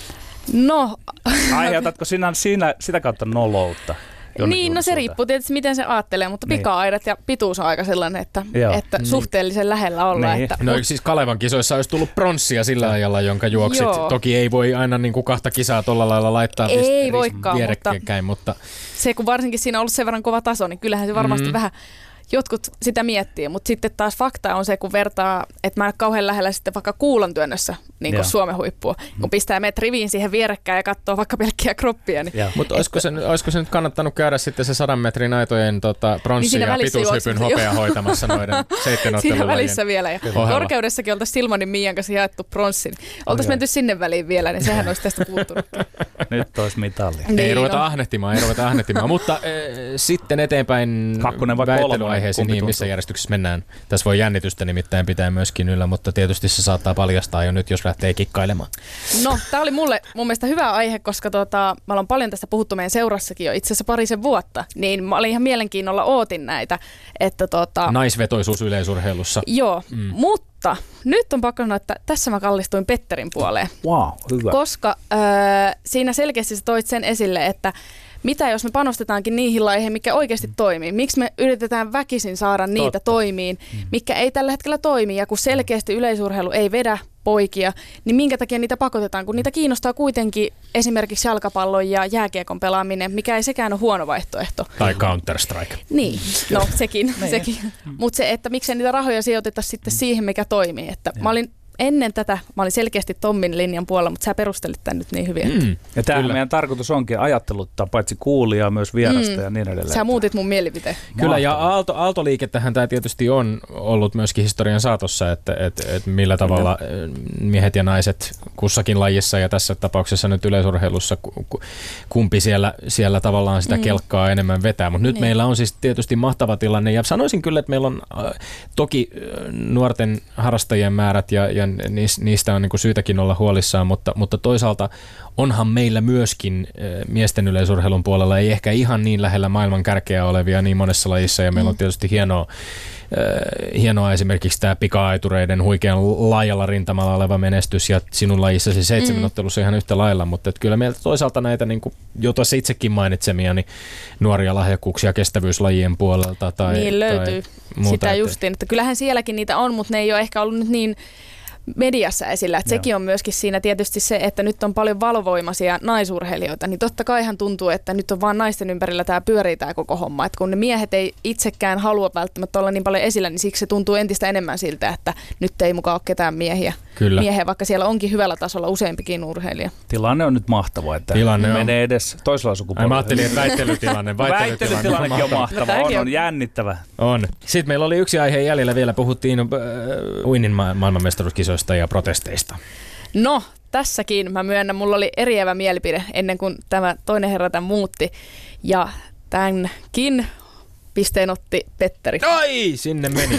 No. Aiheutatko sinä siinä, sitä kautta noloutta? Niin, no se riippuu tietysti miten se ajattelee, mutta niin. Pika-aidat ja pituus on aika sellainen, että, että mm. suhteellisen lähellä ollaan. Niin. Että, no siis Kalevan kisoissa olisi tullut pronssia sillä ajalla, jonka juoksit. Joo. Toki ei voi aina niin kuin kahta kisaa tuolla lailla laittaa ei voikaan, vierekkäin, mutta, mutta se kun varsinkin siinä on ollut sen verran kova taso, niin kyllähän se varmasti mm. vähän jotkut sitä miettii, mutta sitten taas fakta on se, kun vertaa, että mä en ole kauhean lähellä sitten vaikka kuulantyönnössä niin kuin Suomen huippua, kun pistää meidät riviin siihen vierekkäin ja katsoo vaikka pelkkiä kroppia. Niin mutta olisiko, olisiko se nyt kannattanut käydä sitten se sadan metrin aitojen tota, pronssi- niin ja pituushypyn hopea hoitamassa noiden seitsemän ottelun siinä välissä vielä. Ja korkeudessakin oltaisiin Silmonin Miian kanssa jaettu pronssi. Niin oltaisiin menty sinne väliin vielä, niin sehän olisi tästä puuttunut. Nyt olisi mitali. Niin, ei ruveta no. ahnehtimaan, ei ruveta ahnehtimaan. Mutta äh, sitten eteenpäin väittelyaiheisiin, niin missä järjestyksessä mennään. Tässä voi jännitystä nimittäin pitää myöskin yllä, mutta tietysti se saattaa paljastaa jo nyt, jos lähtee kikkailemaan. No, tämä oli mulle mun mielestä hyvä aihe, koska tota, mä olen paljon tästä puhuttu meidän seurassakin jo itse asiassa parisen vuotta, niin mä olin ihan mielenkiinnolla ootin näitä. Että tota, naisvetoisuus yleisurheilussa. Joo, mm. mutta nyt on pakko sanoa, että tässä mä kallistuin Petterin puoleen. Wow, hyvä. Koska äh, siinä selkeästi sä toit sen esille, että mitä jos me panostetaankin niihin lajeihin, mikä oikeasti mm. toimii? Miksi me yritetään väkisin saada niitä Totta. toimiin, mikä ei tällä hetkellä toimi? Ja kun selkeästi yleisurheilu ei vedä poikia, niin minkä takia niitä pakotetaan? Kun niitä kiinnostaa kuitenkin esimerkiksi jalkapallon ja jääkiekon pelaaminen, mikä ei sekään ole huono vaihtoehto. Tai Counter-Strike. Niin, no sekin. sekin. Mutta se, että miksei niitä rahoja sijoiteta sitten siihen, mikä toimii. Että mä olin ennen tätä, mä olin selkeästi Tommin linjan puolella, mutta sä perustelit tämän nyt niin hyvin. Että. Mm. Ja tämähän meidän tarkoitus onkin ajatteluttaa paitsi kuulijaa, myös vierasta mm. ja niin edelleen. Sä muutit mun mielipiteen. Kyllä, ja aalto, aaltoliikettähän tämä tietysti on ollut myöskin historian saatossa, että et, et millä tavalla miehet ja naiset kussakin lajissa ja tässä tapauksessa nyt yleisurheilussa, kumpi siellä, siellä tavallaan sitä kelkkaa mm. enemmän vetää. Mutta nyt niin. meillä on siis tietysti mahtava tilanne, ja sanoisin kyllä, että meillä on äh, toki nuorten harrastajien määrät ja, ja niistä on niin kuin syytäkin olla huolissaan, mutta, mutta toisaalta onhan meillä myöskin miesten yleisurheilun puolella ei ehkä ihan niin lähellä maailman kärkeä olevia niin monessa lajissa, ja meillä on tietysti hienoa, hienoa esimerkiksi tämä pika-aitureiden huikean laajalla rintamalla oleva menestys, ja sinun lajissasi seitsemänottelussa ihan yhtä lailla, mutta että kyllä meiltä toisaalta näitä, niin kuin jo tuossa itsekin mainitsemia, niin nuoria lahjakkuuksia kestävyyslajien puolelta. Tai, niin löytyy tai muuta, sitä justiin, että kyllähän sielläkin niitä on, mutta ne ei ole ehkä ollut nyt niin mediassa esillä. Että sekin on myöskin siinä tietysti se, että nyt on paljon valovoimaisia naisurheilijoita, niin totta kaihan tuntuu, että nyt on vaan naisten ympärillä tämä pyörii tämä koko homma. Että kun ne miehet ei itsekään halua välttämättä olla niin paljon esillä, niin siksi se tuntuu entistä enemmän siltä, että nyt ei mukaan ole ketään miehiä. Kyllä. mieheen, vaikka siellä onkin hyvällä tasolla useampikin urheilija. Tilanne on nyt mahtava, että Tilanne on. menee edes toisella sukupolvella. Mä ajattelin, että väittelytilanne. Väittelytilannekin on mahtava, No, on, on on. jännittävä. On. Sitten meillä oli yksi aihe jäljellä vielä. Puhuttiin äh, uinnin ma- maailmanmestaruuskisoista ja protesteista. No, tässäkin mä myönnän, mulla oli eriävä mielipide ennen kuin tämä toinen herra tämän muutti. Ja tämänkin pisteen otti Petteri. Ai, sinne meni.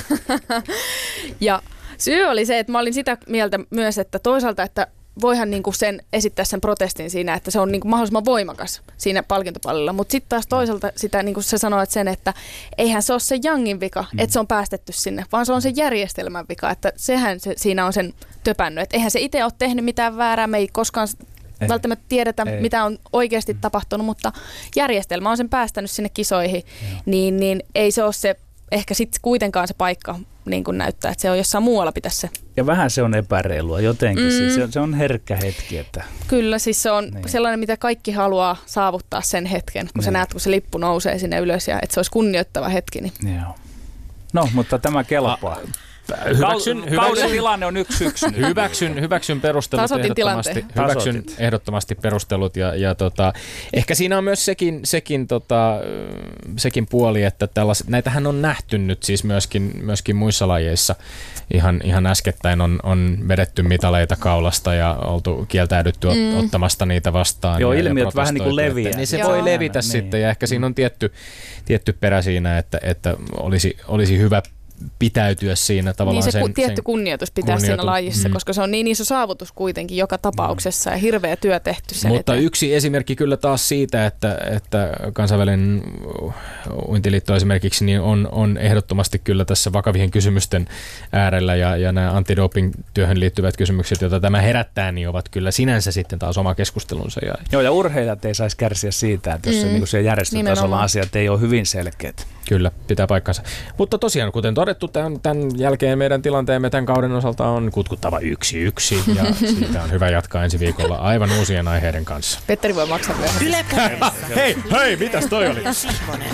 Ja syy oli se, että mä olin sitä mieltä myös, että toisaalta, että voihan niinku sen esittää sen protestin siinä, että se on niinku mahdollisimman voimakas siinä palkintopallilla. Mutta sitten taas toisaalta sitä, niin kuin sä sanoit sen, että eihän se ole se Youngin vika, mm. että se on päästetty sinne, vaan se on se järjestelmän vika, että sehän se, siinä on sen töpännyt. Että eihän se itse ole tehnyt mitään väärää, me ei koskaan ei. välttämättä tiedetä, ei. mitä on oikeasti tapahtunut, mutta järjestelmä on sen päästänyt sinne kisoihin, niin, niin ei se ole se ehkä sitten kuitenkaan se paikka niin kuin näyttää, että se on jossain muualla pitäisi se. Ja vähän se on epäreilua jotenkin, mm. siis se, se on herkkä hetki. Että... Kyllä, siis se on niin. sellainen, mitä kaikki haluaa saavuttaa sen hetken, kun niin. sä näet, kun se lippu nousee sinne ylös ja että se olisi kunnioittava hetki. Niin. Joo. No, mutta tämä kelpaa. Hyväksyn, Kauden hyväksyn, tilanne on yksi yksi. hyväksyn, hyväksyn perustelut Tasoitin ehdottomasti. tilanteen. Hyväksyn Tasoitit. ehdottomasti perustelut ja, ja tota, ehkä siinä on myös sekin, sekin, tota, sekin puoli, että tällaiset, näitähän on nähty nyt siis myöskin, myöskin muissa lajeissa. Ihan, ihan äskettäin on, on vedetty mitaleita kaulasta ja oltu kieltäydytty mm. ottamasta niitä vastaan. Joo, ja, ilmiöt ja vähän niin kuin leviää. Että, niin se Joo. voi levitä niin. sitten ja ehkä siinä on tietty, tietty perä siinä, että, että olisi, olisi hyvä pitäytyä siinä tavallaan niin se sen, ku, tietty sen kunnioitus pitää kunnioitu- siinä lajissa, mm. koska se on niin iso saavutus kuitenkin joka tapauksessa ja hirveä työ tehty sen Mutta eteen. yksi esimerkki kyllä taas siitä, että, että kansainvälinen uintiliitto esimerkiksi niin on, on ehdottomasti kyllä tässä vakavien kysymysten äärellä ja, ja nämä antidoping-työhön liittyvät kysymykset, joita tämä herättää, niin ovat kyllä sinänsä sitten taas oma keskustelunsa. Ja... Joo, ja urheilijat ei saisi kärsiä siitä, että jos mm. se, niin se järjestötasolla Nimenomaan. asiat ei ole hyvin selkeät. Kyllä, pitää paikkansa. Mutta tosiaan, kuten todettu, tämän, tämän jälkeen meidän tilanteemme tämän kauden osalta on kutkuttava yksi yksi ja siitä on hyvä jatkaa ensi viikolla aivan uusien aiheiden kanssa. Petteri voi maksaa myöhemmin. Yle Puheessa. Hei, hei, mitäs toi oli? Ja Sihvonen.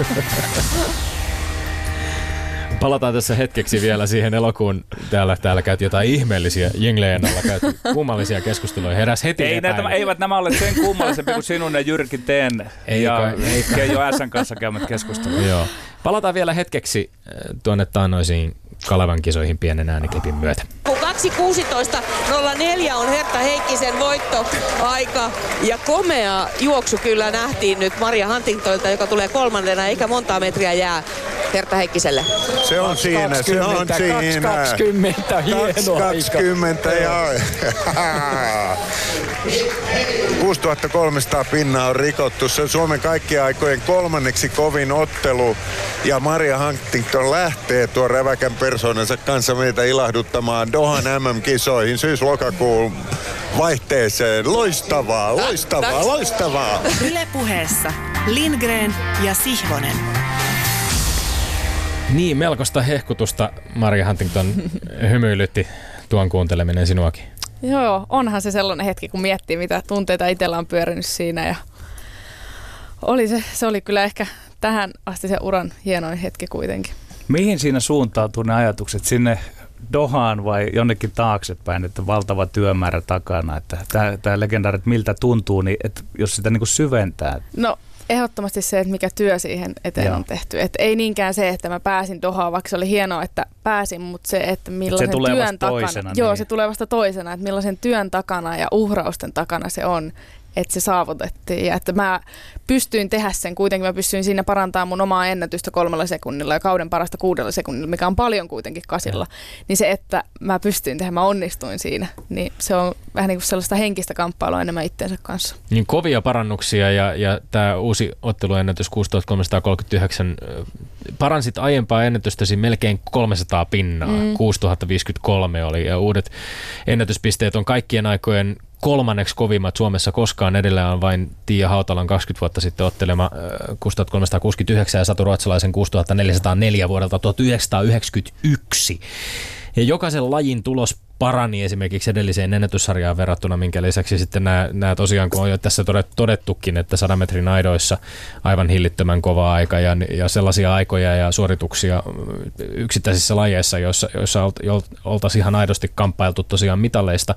Palataan tässä hetkeksi vielä siihen elokuun. Täällä, täällä käytiin jotain ihmeellisiä jingleen alla, käytiin kummallisia keskusteluja. Heräs heti Ei epäily. näitä, eivät nämä ole sen kummallisempi kuin sinun ja Jyrki Teen Ei ja kai, ei kai. Keijo Ässän kanssa käymät keskustelua. Joo. Palataan vielä hetkeksi äh, tuonne taannoisiin Kalevan kisoihin pienen ääniklipin myötä. kaksi kuusitoista nolla neljä on Hertta Heikkisen voittoaika ja komea juoksu kyllä nähtiin nyt Maria Huntingtonilta, joka tulee kolmannena, eikä montaa metriä jää Hertta Heikkiselle. Se on siinä, se on siinä. kaksi kaksikymmentä, hieno kaksikymmentä ja kuusituhattakolmesataa pinnaa on rikottu. Se on Suomen kaikkien aikojen kolmanneksi kovin ottelu. Ja Maria Huntington lähtee tuon räväkän persoonansa kanssa meitä ilahduttamaan Dohan M M-kisoihin syys-lokakuun vaihteeseen. Loistavaa, loistavaa, loistavaa. Yle Puheessa Lindgren ja Sihvonen. Niin, melkoista hehkutusta Maria Huntington hymyilytti tuon kuunteleminen sinuakin. Joo, onhan se sellainen hetki, kun miettii, mitä tunteita itsellä on pyörinyt siinä. Ja oli se, se oli kyllä ehkä tähän asti se uran hienoin hetki kuitenkin. Mihin siinä suuntautuu ne ajatukset? Sinne Dohaan vai jonnekin taaksepäin, että valtava työmäärä takana, että tämä, tämä legendaari, että miltä tuntuu, niin että jos sitä niin kuin syventää. No ehdottomasti se, että mikä työ siihen eteen Joo. on tehty. Et ei niinkään se, että mä pääsin Dohaan, vaikka se oli hienoa, että pääsin, mutta se, että millaisen se tulee työn vasta takana. toisena, Joo, niin. se tulee vasta toisena, että millaisen työn takana ja uhrausten takana se on, että se saavutettiin. Ja että mä pystyin tehdä sen, kuitenkin mä pystyin siinä parantamaan mun omaa ennätystä kolmella sekunnilla ja kauden parasta kuudella sekunnilla, mikä on paljon kuitenkin kasilla. Niin se, että mä pystyin tehdä, mä onnistuin siinä, niin se on vähän niin kuin sellaista henkistä kamppailua enemmän itteensä kanssa. Niin kovia parannuksia ja, ja tämä uusi otteluennätys kuusituhatta kolmesataakolmekymmentäyhdeksän paransit aiempaa ennätystäsi melkein kolmesataa pinnaa. Mm. kuusituhatta viisikymmentäkolme oli ja uudet ennätyspisteet on kaikkien aikojen kolmanneksi kovimmat Suomessa koskaan. Edellä on vain Tiia Hautalan kaksikymmentä vuotta sitten ottelema kuusituhatta kolmesataakuusikymmentäyhdeksän ja Satu Ruotsalaisen kuusituhatta neljäsataaneljä vuodelta tuhatyhdeksänsataayhdeksänkymmentäyksi. Ja jokaisen lajin tulos parani esimerkiksi edelliseen ennätyssarjaan verrattuna, minkä lisäksi sitten nämä, nämä tosiaan, kun on jo tässä todettukin, että sadan metrin aidoissa aivan hillittömän kova aika ja, ja sellaisia aikoja ja suorituksia yksittäisissä lajeissa, joissa, joissa oltaisiin ihan aidosti kamppailtu tosiaan mitaleista.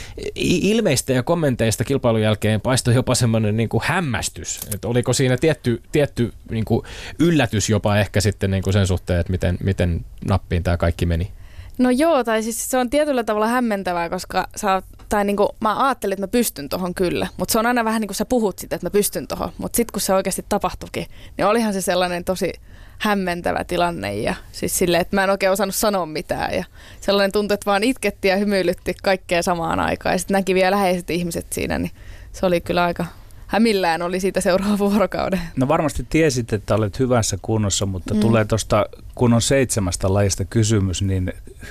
Ilmeistä ja kommenteista kilpailun jälkeen paistoi jopa semmoinen niin kuin hämmästys, että oliko siinä tietty, tietty niin kuin yllätys jopa ehkä sitten niin kuin sen suhteen, että miten, miten nappiin tämä kaikki meni. No joo, tai siis se on tietyllä tavalla hämmentävää, koska sä, tai niin kuin, mä ajattelin, että mä pystyn tohon kyllä, mutta se on aina vähän niin kuin sä puhut sitä, että mä pystyn tohon, mutta sitten kun se oikeasti tapahtuikin, niin olihan se sellainen tosi hämmentävä tilanne ja siis silleen, että mä en oikein osannut sanoa mitään ja sellainen tuntuu, että vaan itkettiin ja hymyilytti kaikkea samaan aikaan ja sitten näki vielä läheiset ihmiset siinä, niin se oli kyllä aika hämillään oli siitä seuraavan vuorokauden. No varmasti tiesit, että olet hyvässä kunnossa, mutta mm. tulee tuosta, kun on seitsemästä lajista kysymys, niin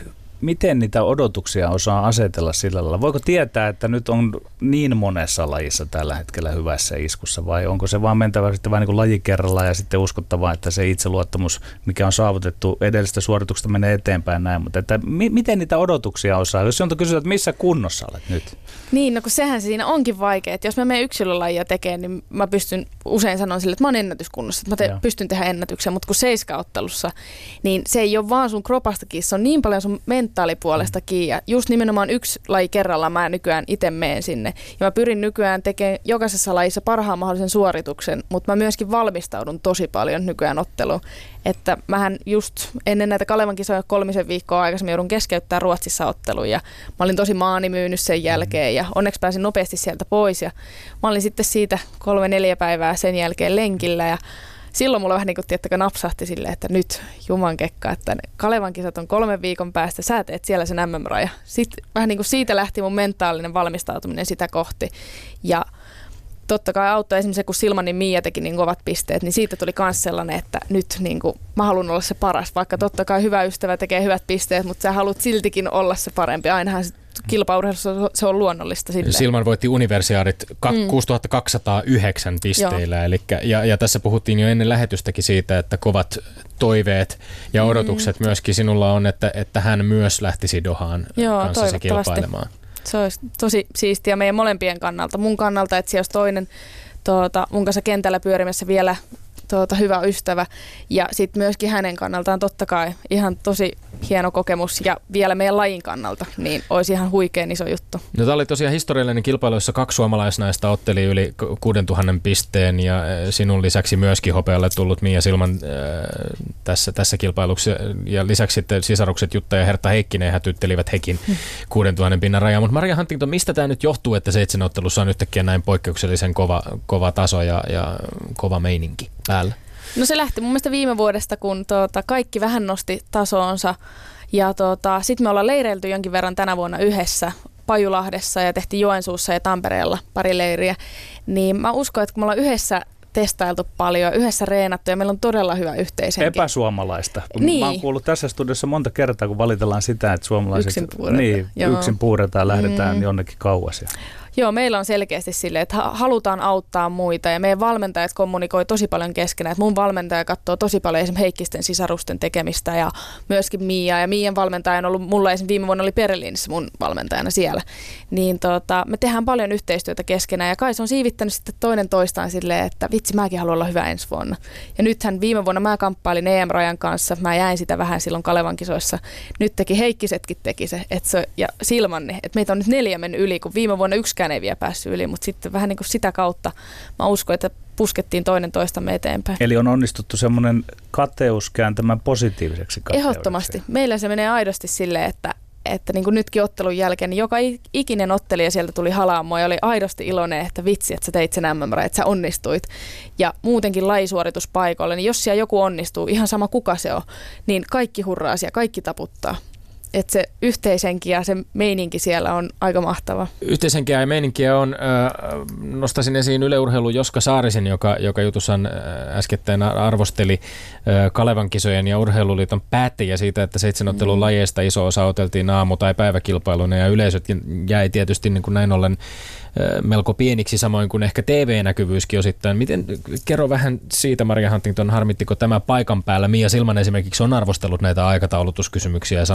miten niitä odotuksia osaa asetella sillä lailla? Voiko tietää, että nyt on niin monessa lajissa tällä hetkellä hyvässä iskussa vai onko se vaan mentävä sitten vain niin kuin laji kerrallaan ja sitten uskottavaa, että se itseluottamus, mikä on saavutettu edellisestä suorituksesta, menee eteenpäin näin, mutta että mi- miten niitä odotuksia osaa? Jos on kysyä, että missä kunnossa olet nyt? Niin, no kun sehän se siinä onkin vaikea, että jos mä menen yksilölajia tekemään, niin mä pystyn usein sanoa sille, että mä oon ennätyskunnossa, että mä te- pystyn tehdä ennätyksiä, mutta kun seiskaottelussa, niin se ei ole vaan sun kropastakin, se on niin paljon sun mentaalipuolestakin ja just nimenomaan yksi laji kerrallaan mä nykyään itse menen sinne ja mä pyrin nykyään tekemään jokaisessa lajissa parhaan mahdollisen suorituksen, mutta mä myöskin valmistaudun tosi paljon nykyään otteluun, että mähän just ennen näitä Kalevan kisoja kolmisen viikkoa aikaisemmin joudun keskeyttämään Ruotsissa ottelun ja mä olin tosi maanimyynyt sen jälkeen ja onneksi pääsin nopeasti sieltä pois ja mä olin sitten siitä kolme neljä päivää sen jälkeen lenkillä ja silloin mulla vähän niin kuin tiettäkö napsahti silleen, että nyt juman kekka, että Kalevan kisat on kolmen viikon päästä, sä teet siellä sen M M-raja. Sitten vähän niin kuin siitä lähti mun mentaalinen valmistautuminen sitä kohti ja totta kai auttoi esimerkiksi se, kun Silmanin Miia teki niin kovat pisteet, niin siitä tuli myös sellainen, että nyt niin kuin, mä haluan olla se paras, vaikka totta kai hyvä ystävä tekee hyvät pisteet, mutta sä haluat siltikin olla se parempi. Ainahan kilpaurheilussa se on luonnollista. Silleen. Silman voitti universiaadit mm. kuusituhattakaksisataayhdeksän pisteillä, eli, ja, ja tässä puhuttiin jo ennen lähetystäkin siitä, että kovat toiveet ja odotukset mm. myöskin sinulla on, että, että hän myös lähtisi Dohaan kanssasi kilpailemaan. Se olisi tosi siistiä meidän molempien kannalta. Mun kannalta, että siellä olisi toinen tuota, mun kanssa kentällä pyörimässä vielä tuota, hyvä ystävä. Ja sitten myöskin hänen kannaltaan totta kai ihan tosi hieno kokemus. Ja vielä meidän lajin kannalta, niin olisi ihan huikean iso juttu. No, tämä oli tosiaan historiallinen kilpailu, jossa kaksi suomalaisnaista otteli yli kuusituhatta pisteen. Ja sinun lisäksi myöskin hopealle tullut Miia Silman äh, tässä, tässä kilpailussa. Ja lisäksi sitten sisarukset Jutta ja Hertta Heikkinen hätyttelivät hekin hmm. kuusituhatta pinnan rajaa. Mutta Maria Huntington, mistä tämä nyt johtuu, että seitsemänottelussa on yhtäkkiä näin poikkeuksellisen kova, kova taso ja, ja kova meininki päällä? No se lähti mun mielestä viime vuodesta, kun tuota, kaikki vähän nosti tasoonsa ja tuota, sitten me ollaan leireilty jonkin verran tänä vuonna yhdessä Pajulahdessa ja tehtiin Joensuussa ja Tampereella pari leiriä, niin mä uskon, että kun me ollaan yhdessä testailtu paljon, yhdessä reenattu ja meillä on todella hyvä yhteishenki. Epäsuomalaista. Niin. Mä oon kuullut tässä studiossa monta kertaa, kun valitellaan sitä, että suomalaiset yksin puuretaan, niin, yksin puuretaan lähdetään mm. jonnekin kauas. Ja Joo, meillä on selkeästi silleen, että halutaan auttaa muita ja meidän valmentajat kommunikoi tosi paljon keskenään. Että mun valmentaja katsoo tosi paljon esimerkiksi Heikkisten sisarusten tekemistä ja myöskin Miia. Ja Miian valmentaja on ollut, mulla esimerkiksi viime vuonna oli Berliinissä mun valmentajana siellä. Niin tota, me tehdään paljon yhteistyötä keskenään ja kai se on siivittänyt sitten toinen toistaan silleen, että vitsi mäkin haluan olla hyvä ensi vuonna. Ja nythän viime vuonna mä kamppailin E M-rajan kanssa, mä jäin sitä vähän silloin Kalevan kisoissa. Nyt teki Heikkisetkin teki se, että se ja Silmanni, että meitä on nyt neljä mennyt yli, kun viime vuonna yksikään ei vielä päässyt yli, mutta sitten vähän niin kuin sitä kautta mä uskon, että puskettiin toinen toistamme eteenpäin. Eli on onnistuttu semmoinen kateus kääntämään positiiviseksi kateudeksi. Ehdottomasti. Meillä se menee aidosti silleen, että, että niin kuin nytkin ottelun jälkeen, niin joka ikinen ottelija sieltä tuli halaamaan ja oli aidosti iloinen, että vitsi, että sä teit sen M M-rajan, että sä onnistuit. Ja muutenkin lajisuorituspaikoille, niin jos siellä joku onnistuu, ihan sama kuka se on, niin kaikki hurraa siellä, kaikki taputtaa. Että se yhteishenki ja se meininki siellä on aika mahtava. Yhteishenkiä ja meininkiä on, äh, nostaisin esiin Yle Urheilun Joska Saarisen, joka, joka jutussaan äh, äskettäin arvosteli äh, Kalevan kisojen ja Urheiluliiton päättäjiä siitä, että seitsemänottelun mm. lajeista iso osa oteltiin aamu- tai päiväkilpailuina ja yleisöt jäi tietysti niin kuin näin ollen melko pieniksi, samoin kuin ehkä T V-näkyvyyskin osittain. Miten, kerro vähän siitä, Maria Huntington, harmittiko tämä paikan päällä? Miia Silman esimerkiksi on arvostellut näitä aikataulutuskysymyksiä ja sanonut, että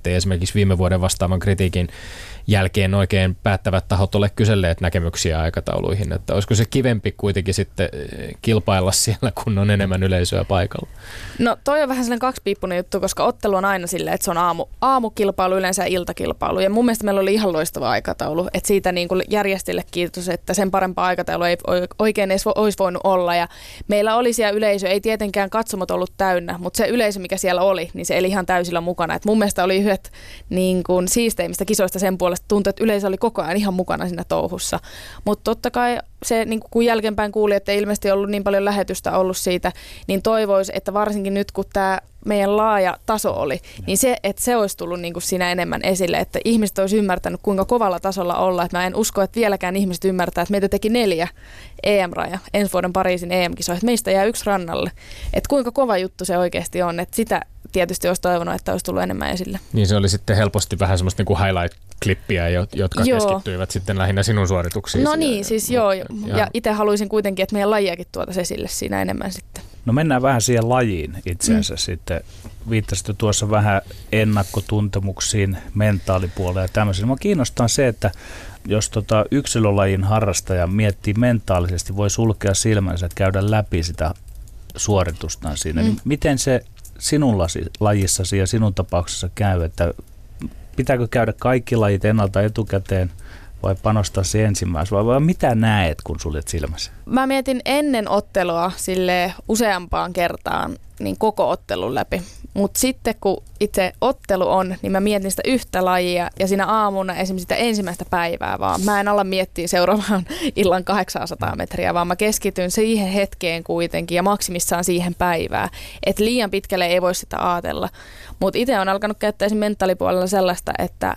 ettei esimerkiksi viime vuoden vastaavan kritiikin jälkeen oikein päättävät tahot ole kyselleet näkemyksiä aikatauluihin, että olisiko se kivempi kuitenkin sitten kilpailla siellä, kun on enemmän yleisöä paikalla? No toi on vähän sellainen kaksipiippunen juttu, koska ottelu on aina silleen, että se on aamu, aamukilpailu, yleensä iltakilpailu. Ja mun mielestä meillä oli ihan loistava aikataulu, että siitä niin kuin järjestäjille kiitos, että sen parempaa aikataulu ei oikein edes olisi voinut olla. Ja meillä oli siellä yleisö, ei tietenkään katsomot ollut täynnä, mutta se yleisö, mikä siellä oli, niin se eli ihan täysillä mukana. Et mun mielestä oli yhdet niin kuin siisteimmistä kisoista sen puolesta, tuntui, että yleisö oli koko ajan ihan mukana siinä touhussa. Mutta totta kai se, niin kun jälkeenpäin kuuli, että ei ilmeisesti ollut niin paljon lähetystä ollut siitä, niin toivoisi, että varsinkin nyt kun tämä meidän laaja taso oli, niin se, että se olisi tullut niin kuin siinä enemmän esille, että ihmiset olisi ymmärtänyt, kuinka kovalla tasolla olla. Että mä en usko, että vieläkään ihmiset ymmärtää, että meitä teki neljä E M-raja ensi vuoden Pariisin E M-kisoja, että meistä jää yksi rannalle. Että kuinka kova juttu se oikeasti on, että sitä tietysti olisi toivonut, että olisi tullut enemmän esille. Niin se oli sitten helposti vähän semmoista niin kuin highlight-klippiä, jotka joo. keskittyivät sitten lähinnä sinun suorituksiin. No niin, siis joo. Ja, ja itse haluaisin kuitenkin, että meidän lajiakin tuotaisiin esille siinä enemmän sitten. No mennään vähän siihen lajiin itse asiassa mm. sitten. Viittasit tuossa vähän ennakkotuntemuksiin, mentaalipuoleen ja tämmöisen. Mua kiinnostaa se, että jos tota yksilölajin harrastaja miettii mentaalisesti, voi sulkea silmänsä, että käydä läpi sitä suoritustaan siinä. Mm. Niin miten se sinun lajissasi ja sinun tapauksessa käy, että pitääkö käydä kaikki lajit ennalta etukäteen vai panostaa se ensimmäisenä, vai, vai mitä näet, kun suljet silmäsi? Mä mietin ennen ottelua sille useampaan kertaan niin koko ottelun läpi, mutta sitten kun itse ottelu on, niin mä mietin sitä yhtä lajia ja siinä aamuna esimerkiksi sitä ensimmäistä päivää vaan. Mä en ala miettiä seuraavaan illan kahdeksansataa metriä, vaan mä keskityn siihen hetkeen kuitenkin ja maksimissaan siihen päivään, että liian pitkälle ei voi sitä ajatella. Mutta itse on alkanut käyttää esimerkiksi mentaalipuolella sellaista, että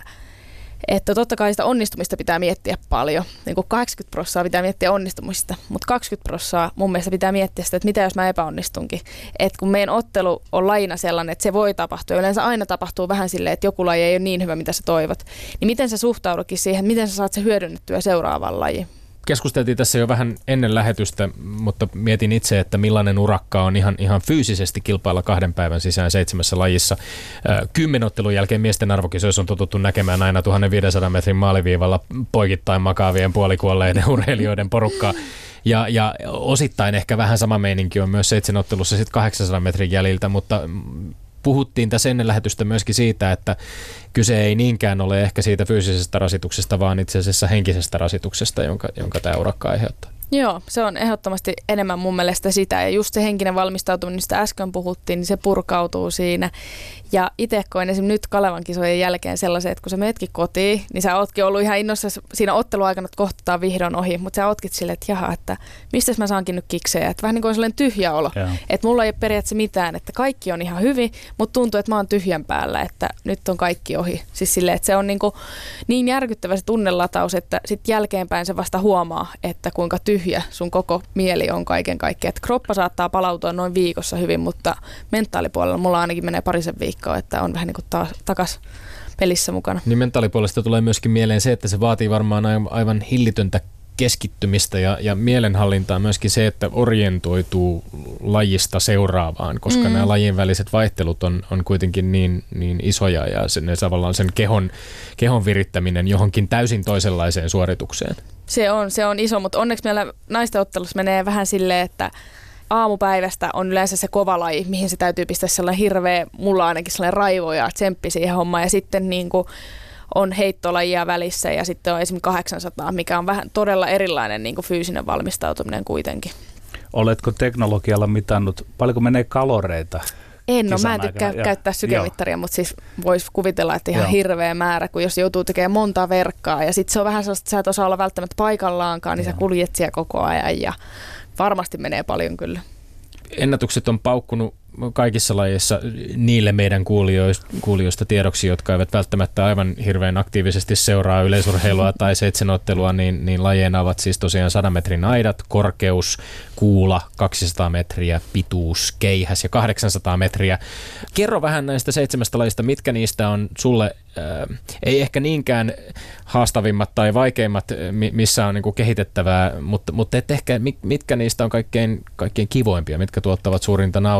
Että totta kai sitä onnistumista pitää miettiä paljon. Niin kuin kahdeksankymmentä prosenttia pitää miettiä onnistumista, mutta kaksikymmentä prosenttia mun mielestä pitää miettiä sitä, että mitä jos mä epäonnistunkin. Että kun meidän ottelu on lajina sellainen, että se voi tapahtua, yleensä aina tapahtuu vähän silleen, että joku laji ei ole niin hyvä, mitä sä toivot. Niin miten sä suhtaudukin siihen, miten sä saat se hyödynnettyä seuraavaan lajiin? Keskusteltiin tässä jo vähän ennen lähetystä, mutta mietin itse, että millainen urakka on ihan, ihan fyysisesti kilpailla kahden päivän sisään seitsemässä lajissa. Kymmenottelun jälkeen miesten arvokisoissa on totuttu näkemään aina tuhatviisisataa metrin maaliviivalla poikittain makaavien puolikuolleiden urheilijoiden porukkaa. Ja, ja osittain ehkä vähän sama meininki on myös seitsemänottelussa sitten kahdeksansadan metrin jäljiltä, mutta puhuttiin tässä ennen lähetystä myöskin siitä, että kyse ei niinkään ole ehkä siitä fyysisestä rasituksesta, vaan itse asiassa henkisestä rasituksesta, jonka, jonka tämä urakka aiheuttaa. Joo, se on ehdottomasti enemmän mun mielestä sitä. Ja just se henkinen valmistautuminen, mistä äsken puhuttiin, niin se purkautuu siinä. Ja itse koin esimerkiksi nyt Kalevan kisojen jälkeen sellaisen, että kun sä menetkin kotiin, niin sä ootkin ollut ihan innossa siinä otteluaikana, että kohtataan vihdoin ohi. Mutta sä ootkin silleen, että jaha, että mistä mä saankin nyt kiksejä. Että vähän niin kuin on sellainen tyhjä olo. Yeah. Että mulla ei ole periaatteessa mitään, että kaikki on ihan hyvin, mutta tuntuu, että mä oon tyhjän päällä, että nyt on kaikki ohi. Siis silleen, että se on niin, kuin niin järkyttävä se tunnelataus, että sitten jälkeenpäin se vasta huomaa, että kuinka tyhjä sun koko mieli on kaiken kaikkiaan. Että kroppa saattaa palautua noin viikossa hyvin, mutta mentaalipuolella mulla ainakin menee parisen viikkoa, että on vähän niin kuin taas takas pelissä mukana. Niin mentaalipuolesta tulee myöskin mieleen se, että se vaatii varmaan aivan hillitöntä keskittymistä ja, ja mielenhallintaa myöskin se, että orientoituu lajista seuraavaan, koska mm. nämä lajien väliset vaihtelut on, on kuitenkin niin, niin isoja ja sen, tavallaan sen kehon, kehon virittäminen johonkin täysin toisenlaiseen suoritukseen. Se on, se on iso, mutta onneksi meillä naisten ottelussa menee vähän silleen, että aamupäivästä on yleensä se kova laji, mihin se täytyy pistää sellainen hirveä, mulla ainakin sellainen raivo ja tsemppi siihen hommaan ja sitten niin kuin on heittolajia välissä ja sitten on esimerkiksi kahdeksansataa, mikä on vähän todella erilainen niin kuin fyysinen valmistautuminen kuitenkin. Oletko teknologialla mitannut, paljonko menee kaloreita? En ole, mä en tykkää aikana. käyttää sykemittaria, mutta siis voisi kuvitella, että ihan Joo. hirveä määrä, kun jos joutuu tekemään monta verkkaa ja sitten se on vähän sellaista, että sä et osaa olla välttämättä paikallaankaan, niin Joo. sä kuljet siellä koko ajan ja varmasti menee paljon kyllä. Ennätykset on paukkunut kaikissa lajeissa niille meidän kuulijoista tiedoksi, jotka eivät välttämättä aivan hirveän aktiivisesti seuraa yleisurheilua tai seitsemänottelua, niin, niin lajeina ovat siis tosiaan sadan metrin aidat, korkeus, kuula, kaksisataa metriä, pituus, keihäs ja kahdeksansataa metriä. Kerro vähän näistä seitsemästä lajista, mitkä niistä on sulle, äh, ei ehkä niinkään haastavimmat tai vaikeimmat, missä on niin kuin kehitettävää, mutta, mutta et ehkä mitkä niistä on kaikkein, kaikkein kivoimpia, mitkä tuottavat suurinta nautintoa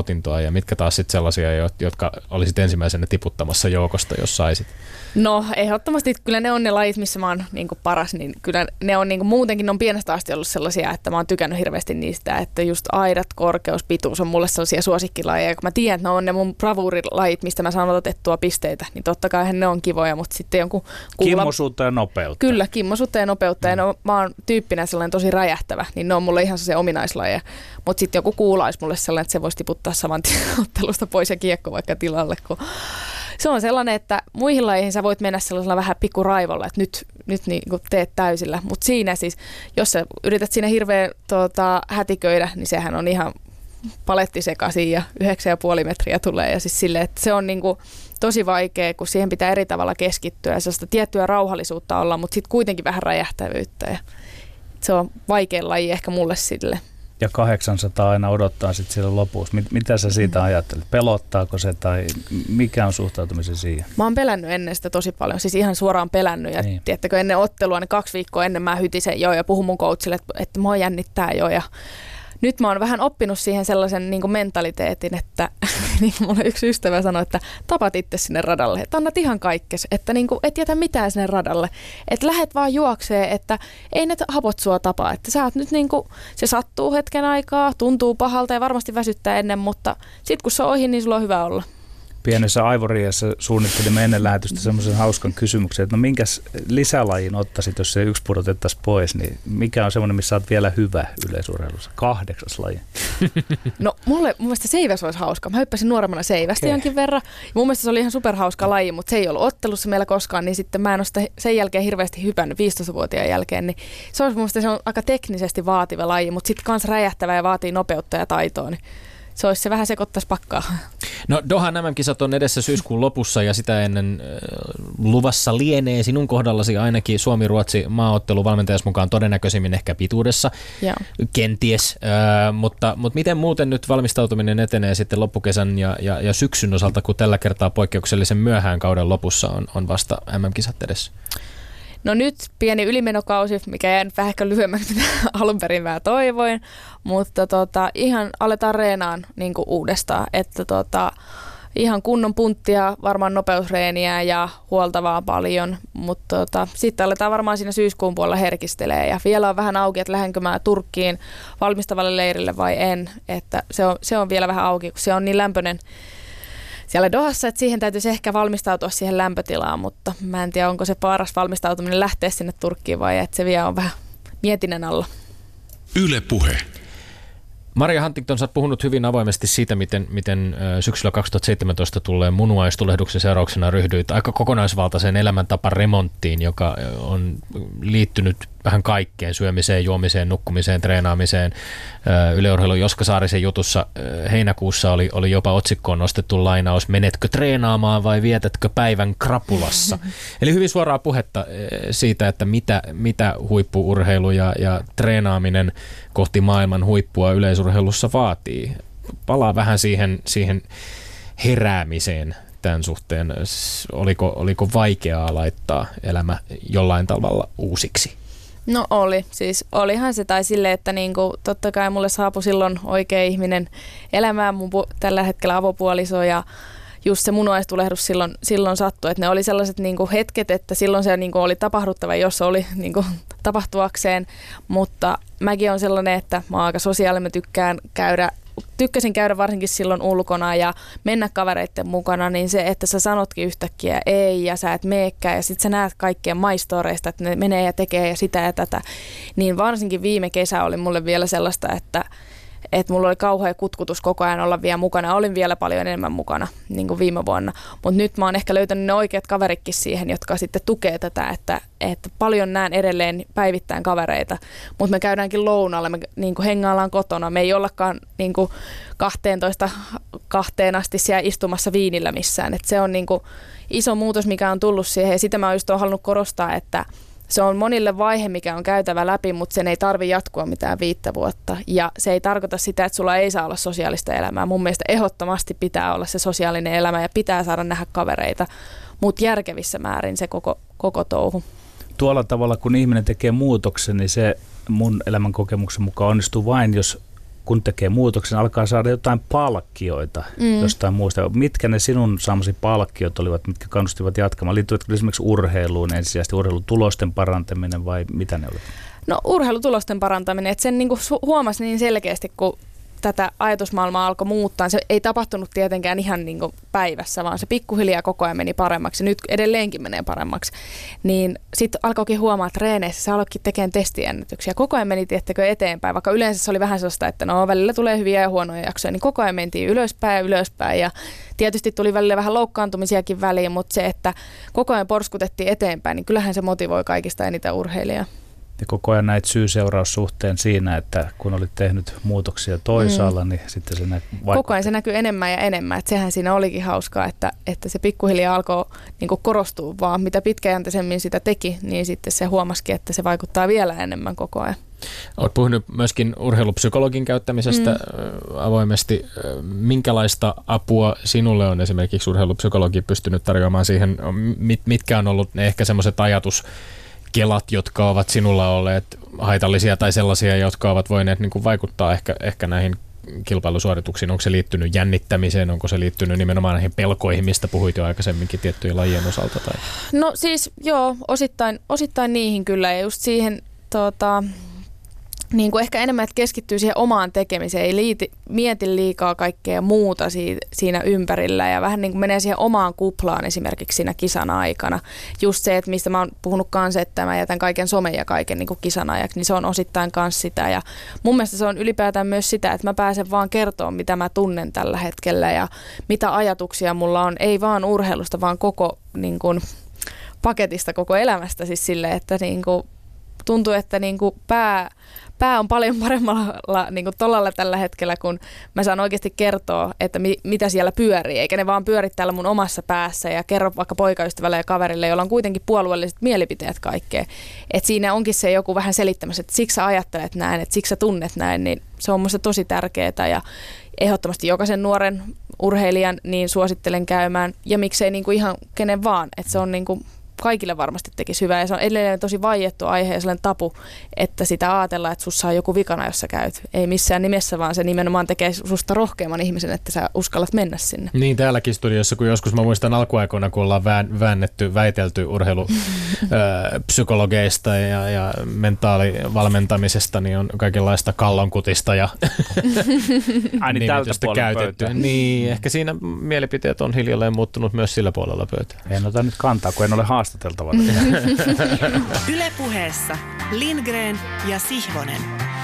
suosikkilajia? Mitkä taas sitten sellaisia, jotka olisit ensimmäisenä tiputtamassa joukosta, jos saisit? No ehdottomasti kyllä ne on ne lajit, missä mä oon niin kuin paras, niin kyllä ne on niin kuin, muutenkin ne on pienestä asti ollut sellaisia, että mä oon tykännyt hirveästi niistä, että just aidat, korkeus, pituus on mulle sellaisia suosikkilajeja, kun mä tiedän, että ne on ne mun bravuurilajit, mistä mä saan otettua pisteitä, niin totta kai ne on kivoja, mutta sitten jonkun kuulla... Kimmosuutta ja nopeutta. Kyllä, kimmosuutta ja nopeutta, mm. ja no, mä oon tyyppinä sellainen tosi räjähtävä, niin ne on mulle ihan sellaisia ominaislajeja, mutta sitten joku kuula olisi mulle sellainen, että se voisi tiputtaa saman ottelusta pois ja kiekko vaikka tilalle, kun se on sellainen, että muihin lajeihin sä voit mennä sellaisella vähän pikkuraivolla, että nyt, nyt niin kuin teet täysillä. Mutta siinä siis, jos sä yrität siinä hirveän tuota, hätiköidä, niin sehän on ihan paletti sekaisin ja yhdeksän ja puoli metriä tulee. Ja siis silleen, että se on niin kuin tosi vaikea, kun siihen pitää eri tavalla keskittyä ja sellaista tiettyä rauhallisuutta olla, mutta sitten kuitenkin vähän räjähtävyyttä. Ja se on vaikein laji ehkä mulle sille. Ja kahdeksansataa aina odottaa sitten siellä lopussa. Mit, mitä sä siitä ajattelet? Pelottaako se tai mikä on suhtautumisen siihen? Mä oon pelännyt ennen sitä tosi paljon, siis ihan suoraan pelännyt. Ja niin. Tiedättekö, ennen ottelua, niin kaksi viikkoa ennen mä hytisen jo ja puhun mun coachille, että, että mua jännittää jo. Ja nyt mä oon vähän oppinut siihen sellaisen niin kuin mentaliteetin, että niin mulle yksi ystävä sanoi, että tapat itse sinne radalle, että annat ihan kaikkes, että niin kuin, et jätä mitään sinne radalle, että lähet vaan juoksee, että ei ne hapot sua tapaa, että sä oot nyt niin kuin, se sattuu hetken aikaa, tuntuu pahalta ja varmasti väsyttää ennen, mutta sit kun se on ohi, niin sulla on hyvä olla. Pienessä Aivoriassa suunnittelimme ennen lähetystä semmoisen hauskan kysymyksen, että no minkäs lisälajin ottaisit, jos se yksi pudotettaisiin pois, niin mikä on semmoinen, missä olet vielä hyvä yleisurheilussa? Kahdeksas laji. No mulle, mun mielestä seiväs olisi hauska. Mä hyppäsin nuoremmana seivästä okay. jonkin verran. Mun mielestä se oli ihan superhauska laji, mutta se ei ollut ottelussa meillä koskaan, niin sitten mä en ole sitä sen jälkeen hirveästi hypännyt viisitoistavuotiaan jälkeen. Niin se olisi mun mielestä se on aika teknisesti vaativa laji, mutta sitten kans räjähtävä ja vaatii nopeutta ja taitoa, niin se olisi se vähän sekoittaisi pakkaa. No Dohan M M-kisat on edessä syyskuun lopussa ja sitä ennen äh, luvassa lienee sinun kohdallasi ainakin Suomi-Ruotsi maaottelu valmentajas mukaan todennäköisimmin ehkä pituudessa, Joo. kenties, äh, mutta, mutta miten muuten nyt valmistautuminen etenee sitten loppukesän ja, ja, ja syksyn osalta, kun tällä kertaa poikkeuksellisen myöhään kauden lopussa on, on vasta M M-kisat edessä? No nyt pieni ylimenokausi, mikä jäi vähän ehkä lyhyemmäksi, mitä alun perin mä toivoin, mutta tota, ihan aletaan reenaan niin kuin uudestaan, että tota, ihan kunnon punttia, varmaan nopeusreeniä ja huoltavaa paljon, mutta tota, sitten aletaan varmaan siinä syyskuun puolella herkistelee ja vielä on vähän auki, että lähdenkö mä Turkkiin valmistavalle leirille vai en, että se on, se on vielä vähän auki, kun se on niin lämpöinen siellä Dohassa, että siihen täytyisi ehkä valmistautua siihen lämpötilaan, mutta mä en tiedä, onko se paras valmistautuminen lähteä sinne Turkkiin vai että se vielä on vähän mietinnän alla. Yle Puhe. Maria Huntington, sä oot puhunut hyvin avoimesti siitä, miten, miten syksyllä kaksituhattaseitsemäntoista tulleen munuaistulehduksen seurauksena ryhdyit aika kokonaisvaltaiseen elämäntaparemonttiin, joka on liittynyt vähän kaikkeen, syömiseen, juomiseen, nukkumiseen, treenaamiseen. Yle Urheilun Joska Saarisen jutussa heinäkuussa oli, oli jopa otsikkoon nostettu lainaus, menetkö treenaamaan vai vietätkö päivän krapulassa? Eli hyvin suoraa puhetta siitä, että mitä, mitä huippu-urheilu ja, ja treenaaminen kohti maailman huippua yleisurheilussa vaatii. Palaa vähän siihen, siihen heräämiseen tämän suhteen. Oliko, oliko vaikeaa laittaa elämä jollain tavalla uusiksi? No oli. Siis olihan se tai silleen, että niinku, totta kai mulle saapui silloin oikea ihminen elämään, mun pu- tällä hetkellä avopuoliso ja just se munuaistulehdus silloin, silloin sattui, että ne oli sellaiset niinku hetket, että silloin se niinku oli tapahduttava, jos se oli niinku tapahtuakseen, mutta mäkin on sellainen, että mä oon aika sosiaalinen, mä tykkään käydä Tykkäsin käydä varsinkin silloin ulkona ja mennä kavereiden mukana, niin se, että sä sanotkin yhtäkkiä ei ja sä et meekään ja sit sä näet kaikkien maistoreista, että ne menee ja tekee ja sitä ja tätä, niin varsinkin viime kesä oli mulle vielä sellaista, että että mulla oli kauhea kutkutus koko ajan olla vielä mukana. Olin vielä paljon enemmän mukana niin kuin viime vuonna. Mutta nyt mä oon ehkä löytänyt ne oikeat kaverikkin siihen, jotka sitten tukee tätä, että, että paljon näen edelleen päivittäin kavereita. Mutta me käydäänkin lounaalla, me niin kuin hengaillaan kotona. Me ei ollakaan niin kuin kahteentoista kahteen asti siellä istumassa viinillä missään. Et se on niin kuin iso muutos, mikä on tullut siihen. Ja sitä mä oon just halunnut korostaa, että se on monille vaihe, mikä on käytävä läpi, mutta sen ei tarvitse jatkua mitään viittä vuotta. Ja se ei tarkoita sitä, että sulla ei saa olla sosiaalista elämää. Mun mielestä ehdottomasti pitää olla se sosiaalinen elämä ja pitää saada nähdä kavereita, mutta järkevissä määrin se koko, koko touhu. Tuolla tavalla, kun ihminen tekee muutoksen, niin se mun elämän kokemuksen mukaan onnistuu vain, jos kun tekee muutoksen, alkaa saada jotain palkkioita mm. jostain muusta. Mitkä ne sinun saamasi palkkiot olivat, mitkä kannustivat jatkamaan? Liittyvätkö esimerkiksi urheiluun ensisijaisesti, urheilutulosten parantaminen vai mitä ne olivat? No urheilutulosten parantaminen, että sen niinku huomasi niin selkeästi, kun tätä ajatusmaailmaa alkoi muuttaa. Se ei tapahtunut tietenkään ihan niin kuin päivässä, vaan se pikkuhiljaa koko ajan meni paremmaksi. Nyt edelleenkin menee paremmaksi. Niin sitten alkoikin huomaa treeneissä, se aloikin tekemään testiennätyksiä. Koko ajan meni tiettäkö eteenpäin, vaikka yleensä se oli vähän sellaista, että no välillä tulee hyviä ja huonoja jaksoja, niin koko ajan mentiin ylöspäin ja ylöspäin. Ja tietysti tuli välillä vähän loukkaantumisiakin väliin, mutta se, että koko ajan porskutettiin eteenpäin, niin kyllähän se motivoi kaikista eniten urheilijaa. Ja koko ajan näit syy-seuraussuhteen siinä, että kun olit tehnyt muutoksia toisaalla, mm. niin sitten se näkyy vaikutti. Koko ajan se näkyy enemmän ja enemmän. Että sehän siinä olikin hauskaa, että, että se pikkuhiljaa alkoi niin kuin korostua vaan. Mitä pitkäjänteisemmin sitä teki, niin sitten se huomasikin, että se vaikuttaa vielä enemmän koko ajan. Olet puhunut myöskin urheilupsykologin käyttämisestä mm. avoimesti. Minkälaista apua sinulle on esimerkiksi urheilupsykologi pystynyt tarjoamaan siihen? Mitkä on ollut ne ehkä semmoiset ajatus kelat, jotka ovat sinulla olleet haitallisia tai sellaisia, jotka ovat voineet niin kuin vaikuttaa ehkä, ehkä näihin kilpailusuorituksiin? Onko se liittynyt jännittämiseen? Onko se liittynyt nimenomaan näihin pelkoihin, mistä puhuit jo aikaisemminkin tiettyjen lajien osalta? Tai? No siis joo, osittain, osittain niihin kyllä ja just siihen tota, niin kuin ehkä enemmän, että keskittyy siihen omaan tekemiseen, ei liiti, mieti liikaa kaikkea muuta si, siinä ympärillä ja vähän niin kuin menee siihen omaan kuplaan esimerkiksi siinä kisan aikana. Just se, että mistä mä oon puhunut kanssa, että mä jätän kaiken somen ja kaiken niin kuin kisan ajaksi, niin se on osittain kanssa sitä. Ja mun mielestä se on ylipäätään myös sitä, että mä pääsen vaan kertoa, mitä mä tunnen tällä hetkellä ja mitä ajatuksia mulla on, ei vaan urheilusta, vaan koko niin kuin, paketista, koko elämästä siis silleen, että niin kuin, tuntuu, että niin kuin pää... Pää on paljon paremmalla niin kuin tolalla tällä hetkellä, kun mä saan oikeasti kertoa, että mi- mitä siellä pyörii, eikä ne vaan pyöri täällä mun omassa päässä ja kerro vaikka poikaystävälle ja kaverille, jolla on kuitenkin puolueelliset mielipiteet kaikkea. Että siinä onkin se joku vähän selittämässä, että siksi sä ajattelet näin, että siksi sä tunnet näin, niin se on musta tosi tärkeää ja ehdottomasti jokaisen nuoren urheilijan niin suosittelen käymään ja miksei niin kuin ihan kenen vaan, että se on niin kuin kaikille varmasti tekisi hyvää ja se on edelleen tosi vaiettu aihe ja sellainen tapu, että sitä ajatellaan, että sussa on joku vikana, jos sä käyt. Ei missään nimessä, vaan se nimenomaan tekee susta rohkeamman ihmisen, että sä uskallat mennä sinne. Niin täälläkin studiossa, kun joskus mä muistan alkuaikoina, kun ollaan vään, väännetty, väitelty urheilupsykologeista ja, ja mentaalivalmentamisesta, niin on kaikenlaista kallonkutista ja nimitystä käytetty. Niin, ehkä siinä mielipiteet on hiljalleen muuttunut myös sillä puolella pöytää. En ota nyt kantaa, kun en ole haastateltavana. Yle Puheessa Lindgren ja Sihvonen.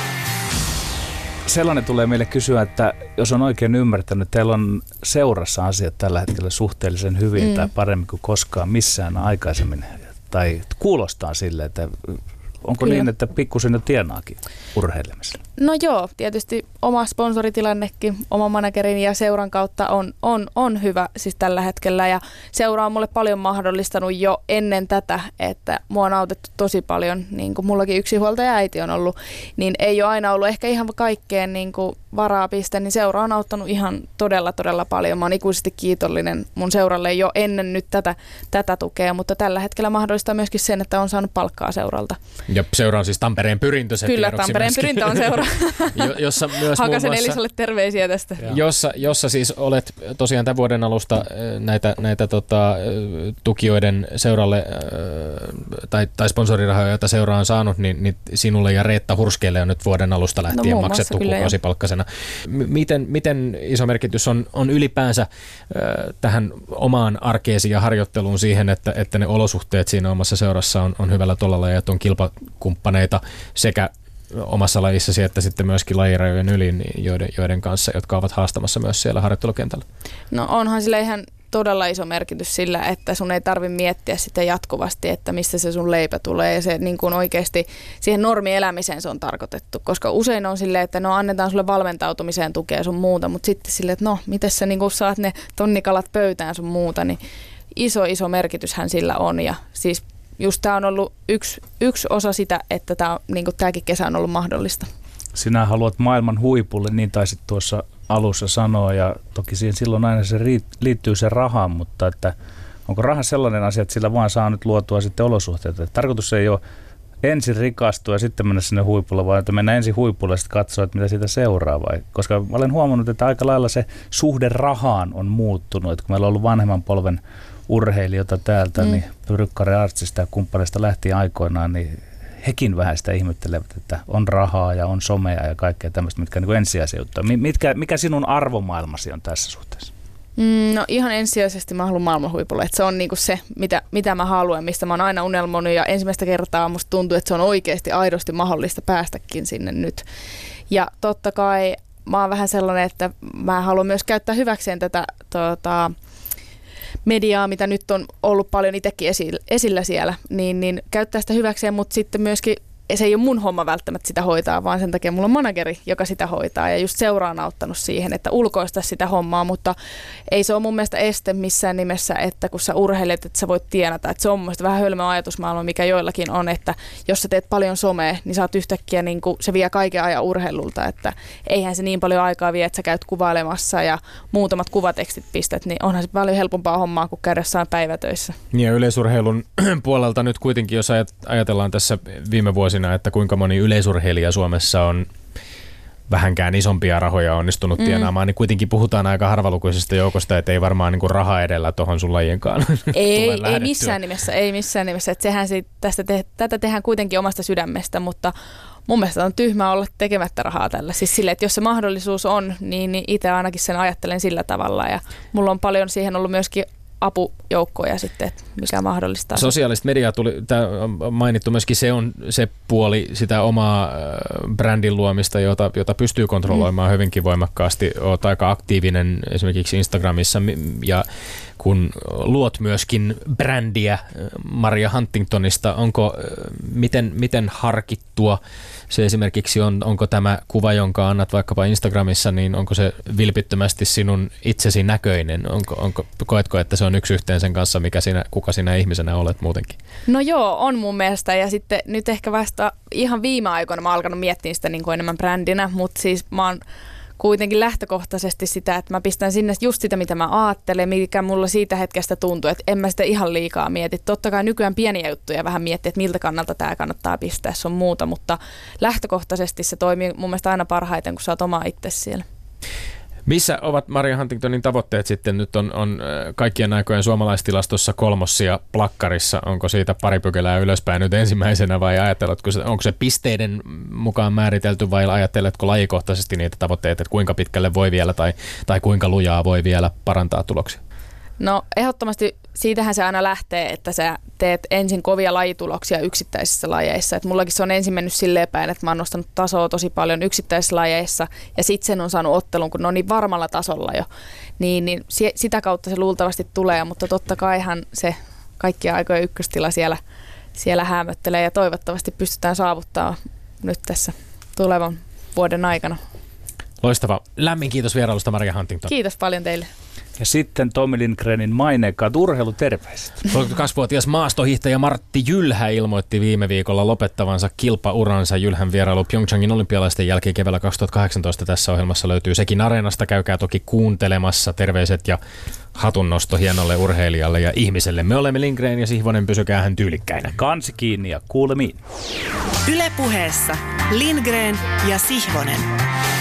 Sellainen tulee meille kysyä, että jos on oikein ymmärtänyt, teillä on seurassa asiat tällä hetkellä suhteellisen hyvin mm. tai paremmin kuin koskaan missään aikaisemmin. Tai kuulostaa sille, että onko Kyllä. niin, että pikkusen jo tienaakin urheilemisella? No joo, tietysti oma sponsoritilannekin, oma managerin ja seuran kautta on, on, on hyvä siis tällä hetkellä. Ja seura on mulle paljon mahdollistanut jo ennen tätä, että mua on autettu tosi paljon. Niin kuin mullakin yksinhuoltaja äiti on ollut, niin ei ole aina ollut ehkä ihan kaikkeen niin kuin varaa piste, niin seura on auttanut ihan todella, todella paljon. Mä oon ikuisesti kiitollinen mun seuralle jo ennen nyt tätä, tätä tukea, mutta tällä hetkellä mahdollistaa myöskin sen, että on saanut palkkaa seuralta. Ja seura on siis Tampereen Pyrintö, se Kyllä, Tampereen myöskin. Pyrintö on seura. jo, jossa myös Hakasen muassa, Elisalle terveisiä tästä. Jossa, jossa siis olet tosiaan tämän vuoden alusta näitä, näitä tota, tukijoiden seuralle tai, tai sponsorirahoja, joita seura on saanut, niin, niin sinulle ja Reetta Hurskeelle on nyt vuoden alusta lähtien no, maksettu kuukausipalkkasena. Miten, miten iso merkitys on, on ylipäänsä äh, tähän omaan arkeesi ja harjoitteluun siihen, että, että ne olosuhteet siinä omassa seurassa on, on hyvällä tolalla ja että on kilpakumppaneita sekä omassa lajissasi että sitten myöskin lajirajojen yli, niin joiden, joiden kanssa, jotka ovat haastamassa myös siellä harjoittelukentällä? No onhan sillä ihan todella iso merkitys sillä, että sun ei tarvitse miettiä sitä jatkuvasti, että mistä se sun leipä tulee ja se niin kuin oikeasti siihen normielämiseen se on tarkoitettu, koska usein on silleen, että no annetaan sulle valmentautumiseen tukea sun muuta, mutta sitten silleen, että no miten sä niin kuin saat ne tonnikalat pöytään sun muuta, niin iso iso merkityshän sillä on ja siis just tämä on ollut yksi, yksi osa sitä, että tämä, niin kuin tämäkin kesä on ollut mahdollista. Sinä haluat maailman huipulle, niin taisit tuossa alussa sanoa, ja toki siihen silloin aina se liittyy se rahaan, mutta että onko raha sellainen asia, että sillä vaan saa nyt luotua sitten olosuhteita? Tarkoitus ei ole ensin rikastua ja sitten mennä sinne huipulle, vai että mennä ensin huipulle ja sitten katsoa, että mitä siitä seuraa? Vai? Koska mä olen huomannut, että aika lailla se suhde rahaan on muuttunut. Että kun meillä on ollut vanhemman polven urheilijoita täältä, mm. niin Pyrkkari Artsista ja kumppaneista lähtien aikoinaan, niin hekin vähän sitä ihmettelevät, että on rahaa ja on somea ja kaikkea tämmöistä, mitkä on niin ensisijaisia juttuja. Mitkä, mikä sinun arvomaailmasi on tässä suhteessa? Mm, no ihan ensisijaisesti mä haluan maailmanhuipulle, että se on niinku se, mitä, mitä mä haluan, mistä mä oon aina unelmoinut ja ensimmäistä kertaa musta tuntuu, että se on oikeasti aidosti mahdollista päästäkin sinne nyt. Ja totta kai mä oon vähän sellainen, että mä haluan myös käyttää hyväkseen tätä tota, mediaa, mitä nyt on ollut paljon itsekin esillä siellä, niin, niin käyttää sitä hyväkseen, mutta sitten myöskin se ei ole mun homma välttämättä sitä hoitaa, vaan sen takia mulla on manageri, joka sitä hoitaa ja just seura on auttanut siihen, että ulkoista sitä hommaa, mutta ei se ole mun mielestä este missään nimessä, että kun sä urheilet, että sä voit tienata, että se on mun mielestä vähän hölmö ajatusmaailma, mikä joillakin on, että jos sä teet paljon somea, niin sä oot yhtäkkiä, niin kuin, se vie kaiken ajan urheilulta, että eihän se niin paljon aikaa vie, että sä käyt kuvailemassa ja muutamat kuvatekstit pistät, niin onhan se paljon helpompaa hommaa kuin käydä jossain päivätöissä. Ja yleisurheilun puolelta nyt kuitenkin, jos ajatellaan tässä viime vuosina, että kuinka moni yleisurheilija Suomessa on vähänkään isompia rahoja onnistunut tienaamaan, mm. niin kuitenkin puhutaan aika harvalukuisesta joukosta, että ei varmaan niin kuin raha edellä tuohon sun lajienkaan ei, ei missään nimessä, ei missään nimessä. Että sehän siitä, tästä te, tätä tehdään kuitenkin omasta sydämestä, mutta mun mielestä on tyhmää olla tekemättä rahaa tällä. Siis sille, että jos se mahdollisuus on, niin, niin itse ainakin sen ajattelen sillä tavalla ja mulla on paljon siihen ollut myöskin apujoukkoja sitten, että mikä mahdollistaa. Sosiaalista mediaa tuli on mainittu myöskin, se on se puoli sitä omaa brändin luomista, jota, jota pystyy kontrolloimaan mm. hyvinkin voimakkaasti. Olet aika aktiivinen esimerkiksi Instagramissa ja kun luot myöskin brändiä Maria Huntingtonista, onko miten, miten harkittua se esimerkiksi on, onko tämä kuva, jonka annat vaikkapa Instagramissa, niin onko se vilpittömästi sinun itsesi näköinen? Onko, onko, koetko, että se on yksi yhteen sen kanssa, mikä sinä, kuka sinä ihmisenä olet muutenkin? No joo, on mun mielestä. Ja sitten nyt ehkä vasta ihan viime aikoina mä oon alkanut miettiä sitä niin kuin enemmän brändinä, mutta siis mä oon kuitenkin lähtökohtaisesti sitä, että mä pistän sinne just sitä, mitä mä ajattelen, mikä mulla siitä hetkestä tuntuu, että en mä sitä ihan liikaa mieti. Totta kai nykyään pieniä juttuja vähän miettiä, että miltä kannalta tämä kannattaa pistää, se on muuta, mutta lähtökohtaisesti se toimii mun mielestä aina parhaiten, kun sä oot oma itse siellä. Missä ovat Maria Huntingtonin tavoitteet sitten? Nyt on, on kaikkien aikojen suomalaistilastossa kolmossia plakkarissa. Onko siitä pari pykälää ylöspäin nyt ensimmäisenä vai ajatteletko, onko se pisteiden mukaan määritelty vai ajatteletko lajikohtaisesti niitä tavoitteita, että kuinka pitkälle voi vielä tai, tai kuinka lujaa voi vielä parantaa tuloksia? No ehdottomasti siitähän se aina lähtee, että sä teet ensin kovia lajituloksia yksittäisissä lajeissa. Et mullakin se on ensin mennyt silleen päin, että mä oon nostanut tasoa tosi paljon yksittäisissä lajeissa ja sitten sen on saanut ottelun, kun ne on niin varmalla tasolla jo. Niin, niin sitä kautta se luultavasti tulee, mutta totta kaihan se kaikkia aikojen ykköstila siellä, siellä häämöttelee ja toivottavasti pystytään saavuttamaan nyt tässä tulevan vuoden aikana. Loistava. Lämmin kiitos vierailusta, Maria Huntington. Kiitos paljon teille. Ja sitten Tommi Lindgrenin maineikkaat urheiluterveiset. kolmekymmentäkaksivuotias maastohiihtäjä Martti Jylhä ilmoitti viime viikolla lopettavansa kilpauransa. Jylhän vierailu Pyeongchangin olympialaisten jälkeen keväällä kaksituhattakahdeksantoista tässä ohjelmassa löytyy sekin Areenasta. Käykää toki kuuntelemassa. Terveiset ja hatunnosto hienolle urheilijalle ja ihmiselle. Me olemme Lindgren ja Sihvonen, pysykäähän tyylikkäinä. Kansi kiinni ja kuulemiin. Yle Puheessa Lindgren ja Sihvonen.